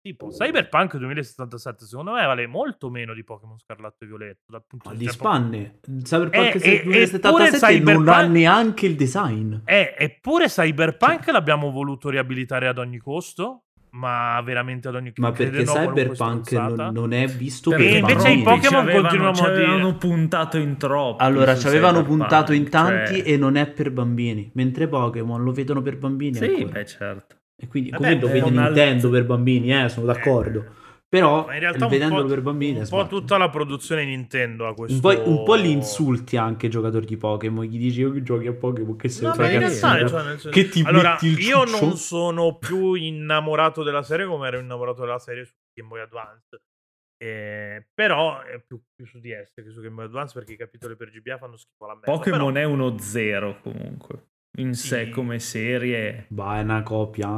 Tipo Cyberpunk duemilasettantasette secondo me vale molto meno di Pokémon Scarlatto e Violetto dal punto Ma di di vista spanne. Cyberpunk Eh, duemilasettantasette eppure non Cyberpunk- ha neanche il design. Eh, eppure Cyberpunk l'abbiamo voluto riabilitare ad ogni costo, ma veramente ad ogni costo. Ma perché Cyberpunk non, non è visto Perché per invece bambini. i Pokémon ci avevano- continuano a ci avevano dire- puntato in troppo. Allora, ci avevano puntato in tanti cioè... e non è per bambini, mentre Pokémon lo vedono per bambini Sì, ancora. beh, certo. E quindi Vabbè, come lo è vede un Nintendo altro- per bambini, eh, sono d'accordo. Però Ma in realtà un vedendolo po', per bambini è un po' sbagliato. tutta la produzione Nintendo a questo Un po', un po' li insulti anche i giocatori di Pokémon, gli dici io che giochi a Pokémon, che sei No, un ma in ragazzino, realtà, cioè, nel senso- che ti allora, metti il io ciuccio? non sono più innamorato della serie come ero innamorato della serie su Game Boy Advance. Eh, però è più, più su D S che su Game Boy Advance, perché i capitoli per G B A fanno schifo alla merda. Pokémon però... è uno zero comunque. In Sì. sé come serie. Vai, è una copia.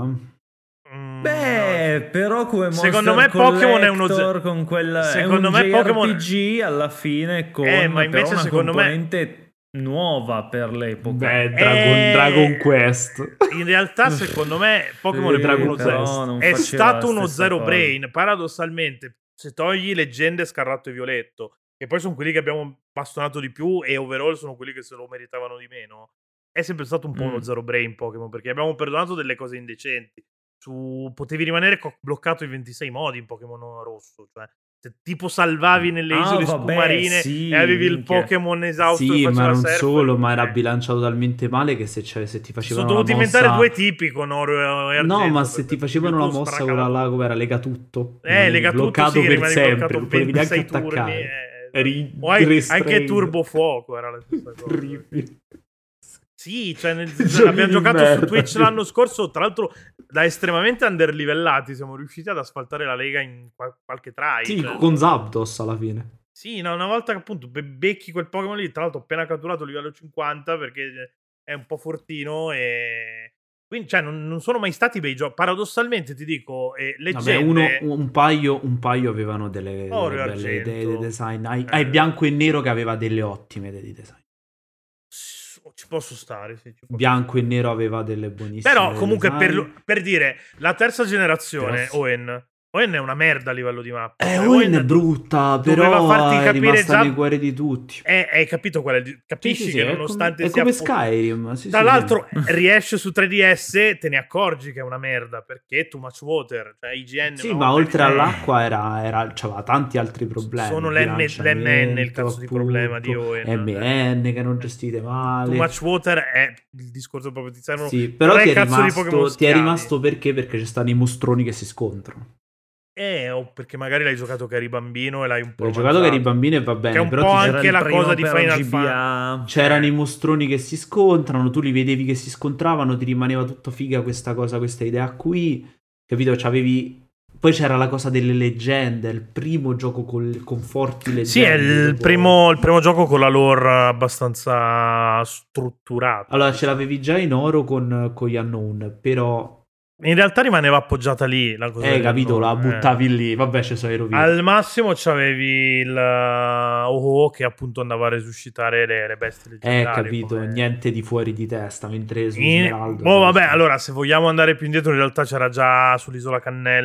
Mm, Beh, no. però come Monster Secondo me Pokémon è uno Collector, ze- con quella Secondo è un me Pokémon- J R P G alla fine con Eh, ma invece però una secondo me- componente nuova per l'epoca. Beh, Dragon, Eh, Dragon Quest. In realtà, secondo me, Pokémon Sì, è Dragon però Quest. non È faceva stato la uno stessa zero cosa. brain. Paradossalmente, se togli Leggende, Scarlatto e Violetto, che poi sono quelli che abbiamo bastonato di più, e overall sono quelli che se lo meritavano di meno, è sempre stato un po' Mm. uno zero brain Pokémon, perché abbiamo perdonato delle cose indecenti. Su... Potevi rimanere co- bloccato in ventisei modi in Pokémon rosso, cioè se tipo salvavi nelle Ah, isole vabbè, spumarine sì, e avevi il minchia. Pokémon esausto e Sì, faceva ma non surf, solo, ma era eh. bilanciato talmente male che se, c'è- se ti facevano Sono dovuti la mossa... inventare due tipi con oro e argento. No, ma se perché ti facevano la più tu mossa spracava quella là, tutto. come era, lega tutto. Eh, Rimanevi lega tutto, bloccato sì, per rimanevi sempre, bloccato non potevi neanche ventisei turni, attaccare. eh. Eri O anche, restrained. anche Turbo Fuoco era la stessa cosa. Orribile. Sì, cioè nel, Giochi abbiamo di giocato merda. su Twitch l'anno scorso, tra l'altro da estremamente underlivellati siamo riusciti ad asfaltare la lega in qual- qualche try. Sì, cioè- con Zapdos alla fine. Sì, no, una volta che appunto be- becchi quel Pokémon lì, tra l'altro ho appena catturato livello cinquanta perché è un po' fortino e... Quindi, cioè, non, non sono mai stati bei giochi. Paradossalmente ti dico, eh, Vabbè, Leggende... uno, un, paio, un paio avevano delle, Oro delle e belle argento. idee di design. Hai, Eh. hai Bianco e Nero che aveva delle ottime idee di design. Ci posso stare, sì. Ci posso Bianco e Nero aveva delle buonissime Però idee comunque di per, design. lo- per dire, la terza generazione, Però sì. Owen, Owen è una merda a livello di mappa. Eh, Cioè, Owen è brutta, doveva però farti è capire rimasta già- nei cuori di tutti. Eh, hai capito qual è il di- Sì, Capisci sì, sì, che è come- nonostante è sia come fo- Skyrim. Sì, Tra sì, l'altro sì. riesce su tre D S, te ne accorgi che è una merda, perché è too much water, cioè I G N... Sì, una ma volta oltre che- all'acqua era, era, c'aveva tanti altri problemi. Sono l'M- bilanciamento, l'M N il cazzo di appunto, problema di Owen. M N che non gestite male. Too much water è il discorso proprio ti servono Sì, però tre ti è, cazzo di Pokémon rimasto, ti è schiavi. rimasto perché? Perché ci stanno i mostroni che si scontrano. Eh, o perché magari l'hai giocato che eri bambino e l'hai un po' L'ho giocato che eri mangiato. bambino e va bene, Che è un però po' ti- anche Era il la primo cosa di per Final G B A. c'erano i mostroni che si scontrano, tu li vedevi che si scontravano, ti rimaneva tutto figa questa cosa, questa idea qui, capito? C'avevi... Poi c'era la cosa delle leggende, il primo gioco col- con forti leggende. Sì, è il dopo- primo, il primo gioco con la lore abbastanza strutturata. Allora, ce l'avevi già in oro con, con gli Unknown, però... In realtà rimaneva appoggiata lì la cosa. Eh, del capito, la nome, eh. buttavi lì. Vabbè, ci sono i rovini. Al massimo c'avevi il uh, Oh che appunto andava a resuscitare le, le bestie Eh, leggendarie. capito, come- niente di fuori di testa, mentre su In- Smeraldo... Boh, vabbè, allora se vogliamo andare più indietro, in realtà c'era già sull'isola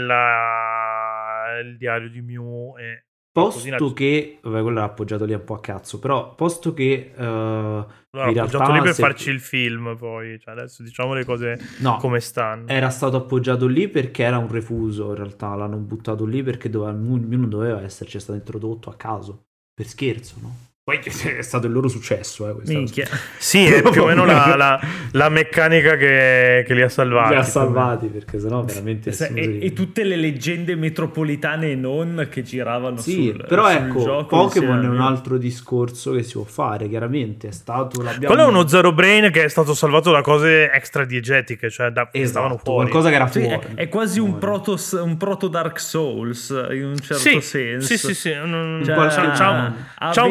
Cannella il diario di Mew e qualcosina- Posto che... Vabbè, quello era appoggiato lì un po' a cazzo, però posto che... eh, allora, in ho appoggiato realtà lì per se- farci il film, poi cioè, adesso diciamo le cose No, come stanno. era stato appoggiato lì perché era un refuso, in realtà l'hanno buttato lì perché doveva, non doveva esserci, è stato introdotto a caso, per scherzo, no? Poi è stato il loro successo, eh, questa Minchia. Sì, è più o meno la, la- la meccanica che, che li ha salvati. li ha salvati, perché sennò veramente Se- nessuno E, si- e tutte le leggende metropolitane e non che giravano Sì, sul, però sul ecco, gioco Pokémon è insieme a un me. altro discorso che si può fare, chiaramente è stato... l'abbiamo- Quello è uno zero brain che è stato salvato da cose extra diegetiche, cioè da, che stavano Esatto, fuori. qualcosa che era Sì, fuori. è, è quasi un Fuori. proto, un proto Dark Souls in un certo Sì, senso. sì, sì, sì, non- Cioè, c'ha, c'ha un, c'ha un aveva po' quella quella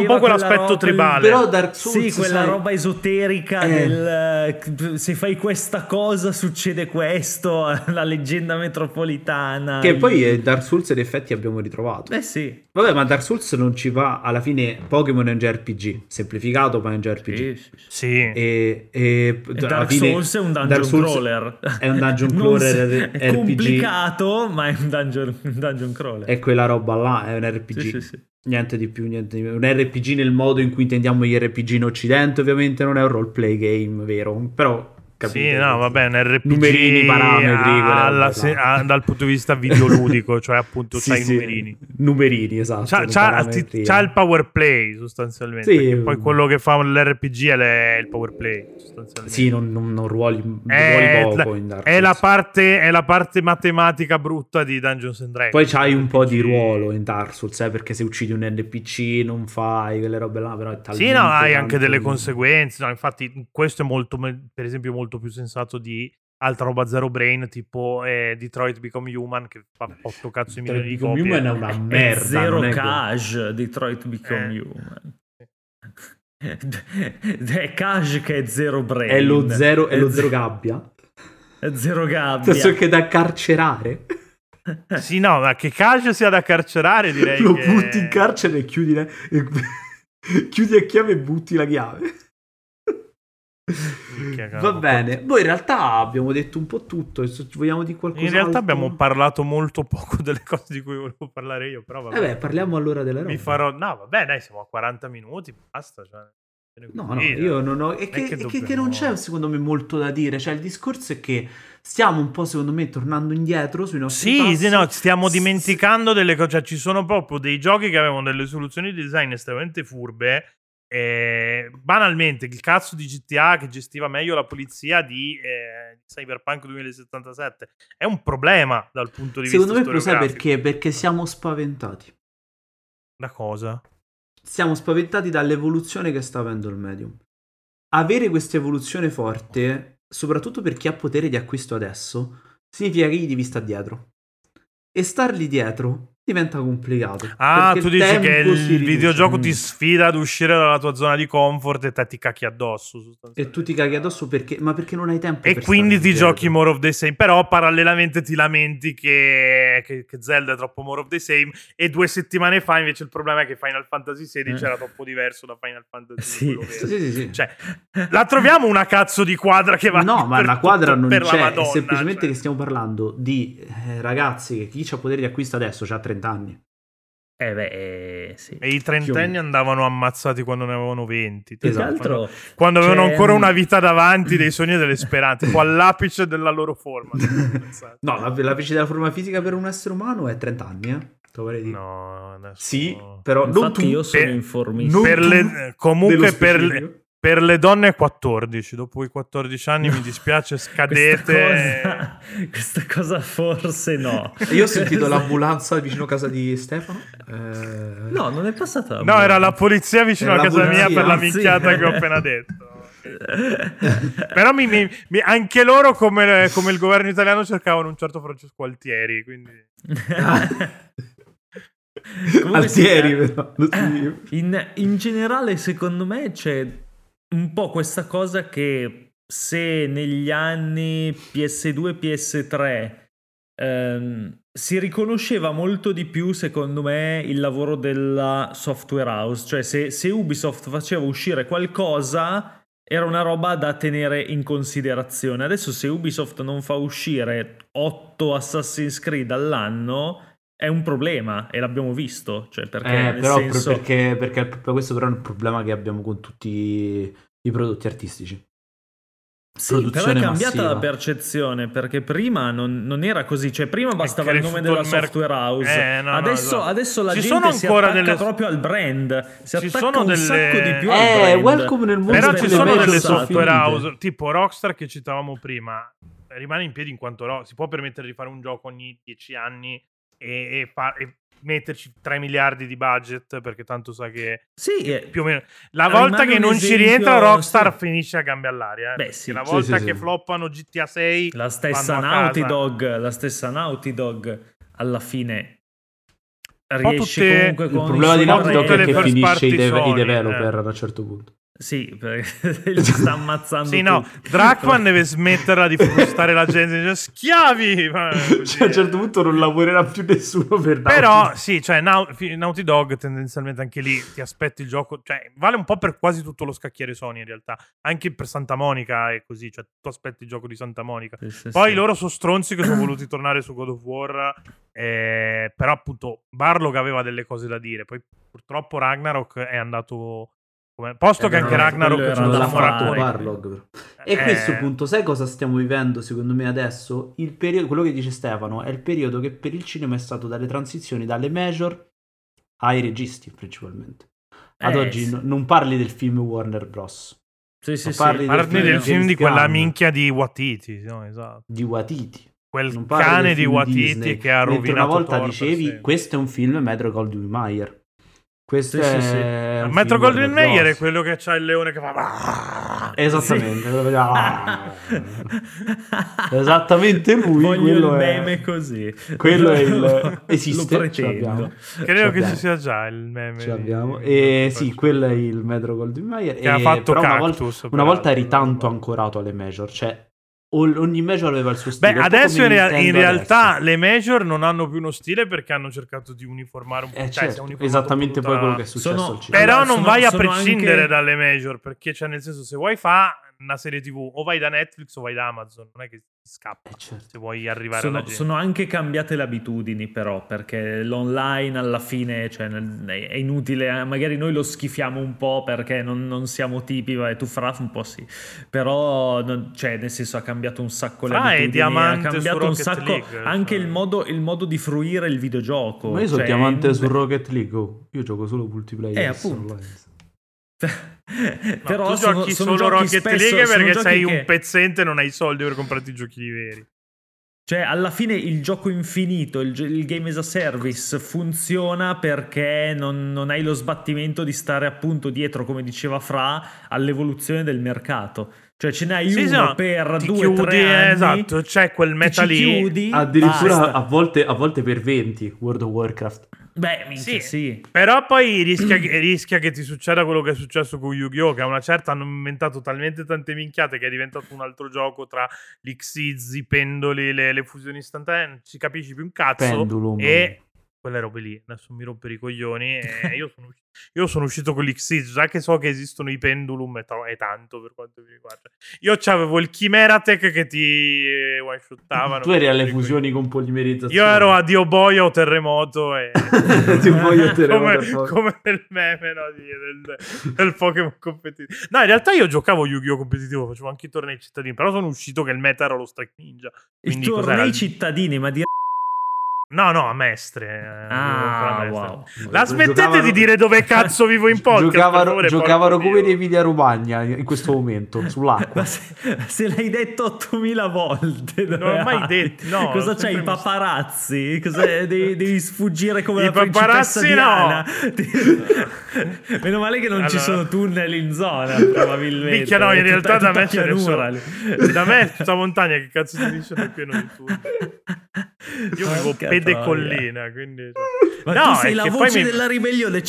l'aspetto roba, tribale. Però Dark Souls, sì, quella sai, roba esoterica eh. del se fai questa cosa succede questo, la leggenda metropolitana. Che il... poi è Dark Souls in effetti abbiamo ritrovato. Eh sì. Vabbè, ma Dark Souls non ci va, alla fine Pokémon è un J R P G, semplificato ma è un J R P G. Sì, sì, sì. Sì. E, e, E alla Dark fine, Souls è un dungeon Dark Souls crawler. È un dungeon Non crawler si- R P G. È complicato, ma è un dungeon, un dungeon crawler. È quella roba là, è un R P G. Sì, sì, sì. Niente di più, niente di più. Un R P G nel modo in cui intendiamo gli R P G in Occidente, ovviamente non è un roleplay game, vero? Però capite, sì, no, vabbè, un R P G numerini, parametri, alla, se, a, dal punto di vista videoludico, cioè appunto sì, c'hai i sì, numerini. Numerini, esatto. C'ha, c'ha, ti, c'ha il power play sostanzialmente. Sì. Poi quello che fa l'R P G è, le, è il power play sostanzialmente. Sì, non, non, non ruoli, è, ruoli poco la, in Dark è la parte È la parte matematica brutta di Dungeons and Dragons. Poi c'hai un po' R P G. di ruolo in Dark Souls, eh, perché se uccidi un N P C non fai quelle robe là, però è talmente sì, no, hai anche delle tanto... conseguenze. No, infatti questo è molto, per esempio, molto più sensato di altra roba Zero Brain, tipo eh, Detroit Become Human, che fa otto cazzo di milioni di Become copie. Human è una merda. È zero non è cash Detroit Become Eh. Human. È cash che è zero brain. È lo zero, è È lo ze- zero gabbia. È zero gabbia. Penso che da carcerare. Sì, no, ma che calcio sia da carcerare, direi Lo che... butti in carcere e chiudi, le... e... chiudi a chiave e butti la chiave. Minchia, Va bene, poi in realtà abbiamo detto un po' tutto. Se vogliamo di qualcosa, in realtà abbiamo parlato molto poco delle cose di cui volevo parlare io, però vabbè. Eh beh, parliamo allora delle robe. Mi farò... No, vabbè, dai, siamo a quaranta minuti, basta, cioè... No, no, io non ho... È che, che è che, dobbiamo- che non c'è secondo me molto da dire. Cioè il discorso è che stiamo un po' secondo me tornando indietro sui nostri Sì, passi. sì, no, stiamo S- dimenticando delle cose, cioè ci sono proprio dei giochi che avevano delle soluzioni di design estremamente furbe. E banalmente il cazzo di G T A che gestiva meglio la polizia di eh, Cyberpunk duemilasettantasette è un problema dal punto di Secondo me vista lo sai storiografico. perché? Perché siamo spaventati. Da cosa? Siamo spaventati dall'evoluzione che sta avendo il medium. Avere questa evoluzione forte, soprattutto per chi ha potere di acquisto adesso, significa che gli devi stare dietro. E stargli dietro diventa complicato. Ah, perché tu il dici tempo che si il riduce. videogioco Mm. ti sfida ad uscire dalla tua zona di comfort e te ti cacchi addosso E sostanzialmente. tu ti caghi addosso perché... Ma perché non hai tempo E per quindi stargli ti dietro. giochi more of the same. Però parallelamente ti lamenti che, che, che Zelda è troppo more of the same. E due settimane fa invece il problema è che Final Fantasy sedici Eh. era troppo diverso da Final Fantasy Sì. quello vero. Sì, sì, sì. Cioè, la troviamo una cazzo di quadra che va No, ma per la quadra tutto- non per la c'è, Madonna, è semplicemente cioè. che stiamo parlando di eh, ragazzi che chi ha potere di acquisto adesso ha trenta anni. Eh beh, eh, sì. E i trentenni andavano ammazzati quando ne avevano venti. Più Esatto. che altro Quando avevano c'è- ancora una vita davanti, dei sogni e delle speranze, un po' all'apice della loro forma. No, la, la velocità della forma fisica per un essere umano è trenta anni, eh? Te lo vorrei dire. No, adesso... Sì, però non Infatti tu. io sono per- informissimo. non per tu le, comunque dello per le, specifico. per le donne è quattordici. Dopo i quattordici anni mi dispiace, Questa scadete. cosa, questa cosa forse no. Io ho sentito l'ambulanza vicino a casa di Stefano. Eh, No, non è passata la No, era la polizia vicino Era a la casa polizia, mia per la sì. minchiata che ho appena detto. Però mi- mi- mi- anche loro, come, come il governo italiano, cercavano un certo Francesco Altieri. Quindi... Comunque Altieri, sì, eh, però. lo si- in, in generale, secondo me, c'è un po' questa cosa che se negli anni P S due e P S tre ehm, si riconosceva molto di più, secondo me, il lavoro della software house. Cioè, se, se Ubisoft faceva uscire qualcosa, era una roba da tenere in considerazione. Adesso, se Ubisoft non fa uscire otto Assassin's Creed all'anno, è un problema, e l'abbiamo visto. Cioè, perché Eh, nel però senso... perché, perché questo però è un problema che abbiamo con tutti i prodotti artistici. Sì, però è Produzione cambiata massiva. la percezione, perché prima non, non era così. Cioè, prima bastava il nome cresciuto della il merc- software house. Eh, no, no, adesso, esatto. adesso la Ci gente sono si ancora attacca delle- proprio al brand. Si Ci attacca sono un delle- sacco di più al Eh, brand. welcome nel mondo Però delle ci sono major delle sono software finite. house tipo Rockstar che citavamo prima, rimane in piedi in quanto ro- si può permettere di fare un gioco ogni dieci anni e, e, fa- e metterci tre miliardi di budget, perché tanto sa che Sì, eh, più o meno la rimane volta che un non ci esempio- rientra Rockstar sì. finisce a gambe all'aria, eh, Beh, perché sì. la Sì, volta sì, che sì. floppano G T A sei la stessa vanno a Naughty casa. Dog, la stessa Naughty Dog alla fine riesce comunque con il problema di Naughty Dog è che first finisce party i, de- i Sony, developer eh. a un certo punto. Sì, perché li sta ammazzando Sì, no, tutti. Drachman deve smetterla di frustare la gente, dice, schiavi! Ma così, Cioè, a un certo punto non lavorerà più nessuno per Naughty. Però, sì, cioè, Nau- Naughty Dog tendenzialmente anche lì ti aspetti il gioco, cioè, vale un po' per quasi tutto lo scacchiere Sony in realtà, anche per Santa Monica è così, cioè, tu aspetti il gioco di Santa Monica. Sì, sì, Poi sì. loro sono stronzi che sono voluti tornare su God of War, eh, però appunto Barlog aveva delle cose da dire, poi purtroppo Ragnarok è andato... Come... Posto Eh, che beh, anche no, Ragnarok quello ce era lo non da l'ha siamo fatto fare. Barlog, però. E Eh. questo appunto, sai cosa stiamo vivendo secondo me adesso? Il periodo, quello che dice Stefano, è il periodo che per il cinema è stato dalle transizioni dalle major ai registi principalmente. Ad Eh, oggi sì. no- non parli del film Warner Bros. Sì, sì, Ma sì. parli Parli film del di film di James quella Gunn. minchia di Watiti, no, esatto. Di Watiti. Quel Non parli cane del di film Watiti Disney. che ha Mentre rovinato una volta Thor per dicevi sempre. questo è un film Metro Goldwyn Mayer. Questo Sì, sì, è sì. un Metro film Goldwyn Warner Mayer è Bros. quello che c'ha il leone che fa... Esattamente, quello che- ah. Esattamente lui. Voglio quello il è... meme così. Quello è il... Lo Esiste, ce pretendo. l'abbiamo. Credo Ce che l'abbiamo. ci sia già il meme. Ce di- l'abbiamo. di- E di- sì, faccio- quello è il Metro Goldwyn Mayer. Che ha e... fatto però una Cactus, volta, una volta eri peraltro, tanto no? ancorato alle major. Cioè, o- ogni major aveva il suo Beh, stile. un po' adesso come in, rea- Nintendo in realtà adesso. le major non hanno più uno stile perché hanno cercato di uniformare un po'. Eh, cioè, si è certo, uniformato esattamente un po' poi tutta quello la- che è successo Sono- al cinema. Però Allora, non sono- vai a sono prescindere anche- dalle major, perché cioè nel senso se vuoi fa una serie tivù o vai da Netflix o vai da Amazon, non è che ti scappa Eh, certo. se vuoi arrivare Sono, alla gente. sono anche cambiate le abitudini, però, perché l'online alla fine, cioè, nel- è inutile. eh, Magari noi lo schifiamo un po' perché non, non siamo tipi, vai, tu Fra un po' sì. Però, non- cioè, nel senso, ha cambiato un sacco le Fra è abitudini. diamante ha cambiato su un Rocket sacco League, anche cioè. il modo, il modo di fruire il videogioco. Ma io sono cioè, diamante in- su Rocket League. oh. Io gioco solo multiplayer. Eh, sono appunto. online. No, Però tu sono, giochi sono solo giochi Rocket spesso- League sono perché giochi sei che- un pezzente e non hai i soldi per comprarti i giochi veri. Cioè, alla fine il gioco infinito, il, gi- il game as a service funziona perché non, non hai lo sbattimento di stare appunto dietro, come diceva Fra, all'evoluzione del mercato. Cioè, ce n'hai Sì, uno sì, no, per ti due o chiudi, tre eh, anni. esatto, c'è quel ti meta ci lì. chiudi, Addirittura basta. a volte, a volte per venti World of Warcraft. Beh, minchia, Sì. sì. Però poi rischia che, rischia che ti succeda quello che è successo con Yu-Gi-Oh! Che a una certa hanno inventato talmente tante minchiate che è diventato un altro gioco tra gli Xyz, i pendoli, le, le fusioni istantanee. Non ci capisci più un cazzo. Pendulum. E quelle robe lì, adesso mi rompere i coglioni. E io, sono, usci- io sono uscito con gli Xyz, già che so che esistono i pendulum, è, tro- è tanto per quanto mi riguarda. Io c'avevo il Chimeratech che ti eh, one-shottavano. Tu eri alle Per i fusioni con polimerizzazione. Io ero a Dio Boia o Terremoto e... Ti voglio tenere come, per poco. come nel meme, no, di- del, del Pokémon competitivo. No, in realtà io giocavo Yu-Gi-Oh! Competitivo, facevo anche i tornei cittadini, però sono uscito che il meta era lo Strike Ninja. I Quindi cos'era? tornei Il- cittadini, ma di... No, no, a Mestre. eh, Ah, avevo ancora wow. La smettete Giocavano- di dire dove cazzo vivo in podcast, per Giocavano, favore, giocavano porco come in Dio. Emilia Romagna in questo momento, sull'acqua. Ma se, se l'hai detto ottomila volte, Non dove ho mai vai? detto, no, Cosa l'ho c'hai? I sempre paparazzi? Cosa, devi, devi sfuggire come I la principessa paparazzi no. Diana. Ti- Meno male che non ci Allora. sono tunnel in zona, probabilmente. Minchia, no, in È realtà tutta- da me tutta ce ne pianura sono. lì. Da me è tutta montagna, che cazzo ti dice è pieno di tutto. Io vivo Porca pede troia. collina, quindi... Ma no, tu sei è la che voce poi mi- della ribellione.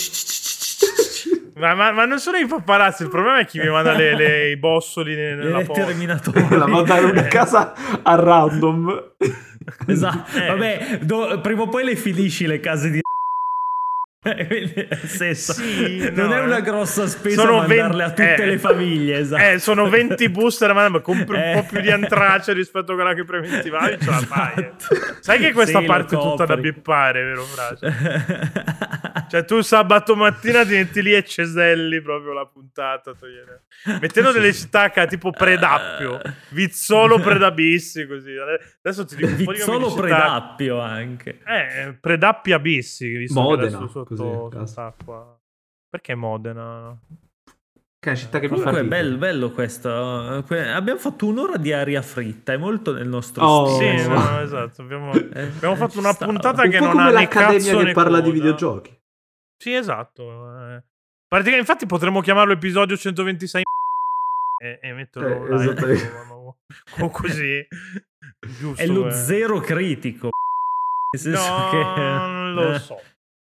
Ma, ma- ma non sono i paparazzi, il problema è chi mi manda le, le- i bossoli ne- nella Le posta. terminatori. La mandare una casa a random. Esatto. Eh. Vabbè, do- prima o poi le finisci le case di... Quindi, nel senso, Sì, non no, è una eh. grossa spesa Sono mandarle a venti tutte eh, le famiglie, esatto. Eh, sono venti booster, ma ma compri un Eh. po' più di antrace rispetto a quella che preventivavi, ce la fai. eh. Esatto. Sai che questa Sì, lo parte è tutta da copri. bippare, vero Frace? Cioè tu sabato mattina ti metti lì e ceselli proprio la puntata, togliere. mettendo delle città che tipo Predappio, Vizzolo, Predabissi, così. Adesso ti dico un po' di Vizzolo nomi di città. Predappio anche. Eh, Predappi Abissi, visto Modena, che adesso sotto, così, a caso. sott'acqua. Perché Modena? Che è una città che mi fa Comunque è ridere. bello, bello questo. Que- Abbiamo fatto un'ora di aria fritta, è molto nel nostro Oh. stile. Sì, Oh. no, esatto. Abbiamo, abbiamo eh, fatto ci una stava. puntata Un che po' non come ha né l'Accademia cazzo che né parla di coda. videogiochi. Sì, esatto. Eh. Praticamente, infatti, potremmo chiamarlo episodio centoventisei e, e metterlo Eh, live esattamente. o- o così. Giusto. È lo eh. zero critico. Nel senso No, che... non lo so.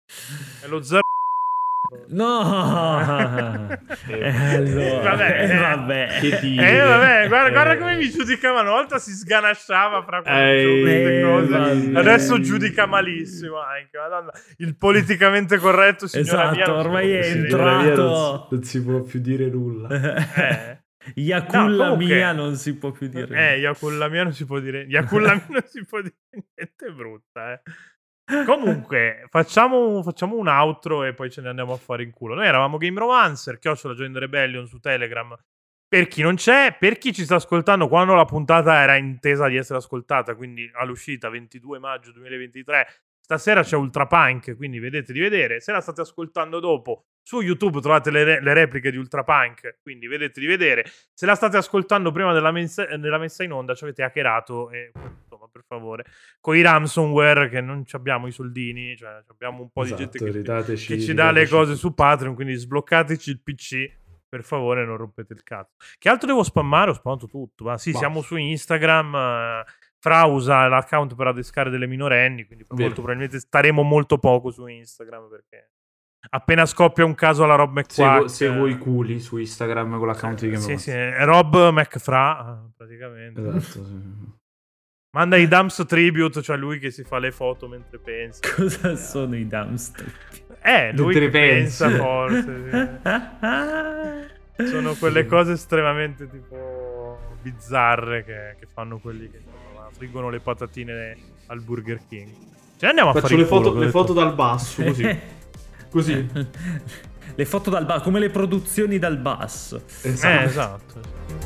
È lo zero. No, eh, allora, vabbè, eh, vabbè. Che dire. Eh, vabbè, guarda, guarda come mi giudicava una volta, si sganasciava fra Eh, queste cose. vabbè. Adesso giudica malissimo anche, madonna. Il politicamente corretto, signora Esatto, mia, non si ormai può è più dire. entrato. Signora mia, non, si, non si può più dire nulla. Eh. Yakulla No, comunque- mia non si può più dire. Eh, Yakulla mia non si può dire. Yakulla mia non si può dire niente, è brutta, eh. Comunque, facciamo, facciamo un outro e poi ce ne andiamo a fare in culo. Noi eravamo Game Romancer, chiocciola Join the Rebellion su Telegram. Per chi non c'è, per chi ci sta ascoltando quando la puntata era intesa di essere ascoltata, quindi all'uscita ventidue maggio duemilaventitré, stasera c'è Ultra Punk, quindi vedete di vedere. Se la state ascoltando dopo, su YouTube trovate le, re- le repliche di Ultra Punk, quindi vedete di vedere. Se la state ascoltando prima della, messa, della messa in onda, ci avete hackerato e insomma, per favore, con i ransomware che non ci abbiamo i soldini, cioè abbiamo un po' Esatto, di gente che, ridateci, che ci dà le ridateci cose tutto. su Patreon, quindi sbloccateci il P C. Per favore, non rompete il cazzo. Che altro devo spammare? Ho spammato tutto. Ma sì, Basta. siamo su Instagram. eh, Fra usa l'account per adescare delle minorenni. Quindi Vero. molto probabilmente staremo molto poco su Instagram. Perché appena scoppia un caso alla Rob Seguo, McQuack. seguo i culi su Instagram con l'account di Game Sì, of sì, è Rob McFra. eh, Praticamente. Esatto, sì. Manda i Dumps Tribute, cioè lui che si fa le foto mentre pensa. Cosa sono i dumpster? Eh, lui Mentre che pensa pensa. forse. Sì. Sono quelle cose estremamente tipo bizzarre che, che fanno quelli che insomma, friggono le patatine al Burger King. Cioè andiamo a Faccio fare le il culo, foto, che ho le detto. foto dal basso, così. Così. Le foto dal basso, come le produzioni dal basso. Esatto. Eh, esatto.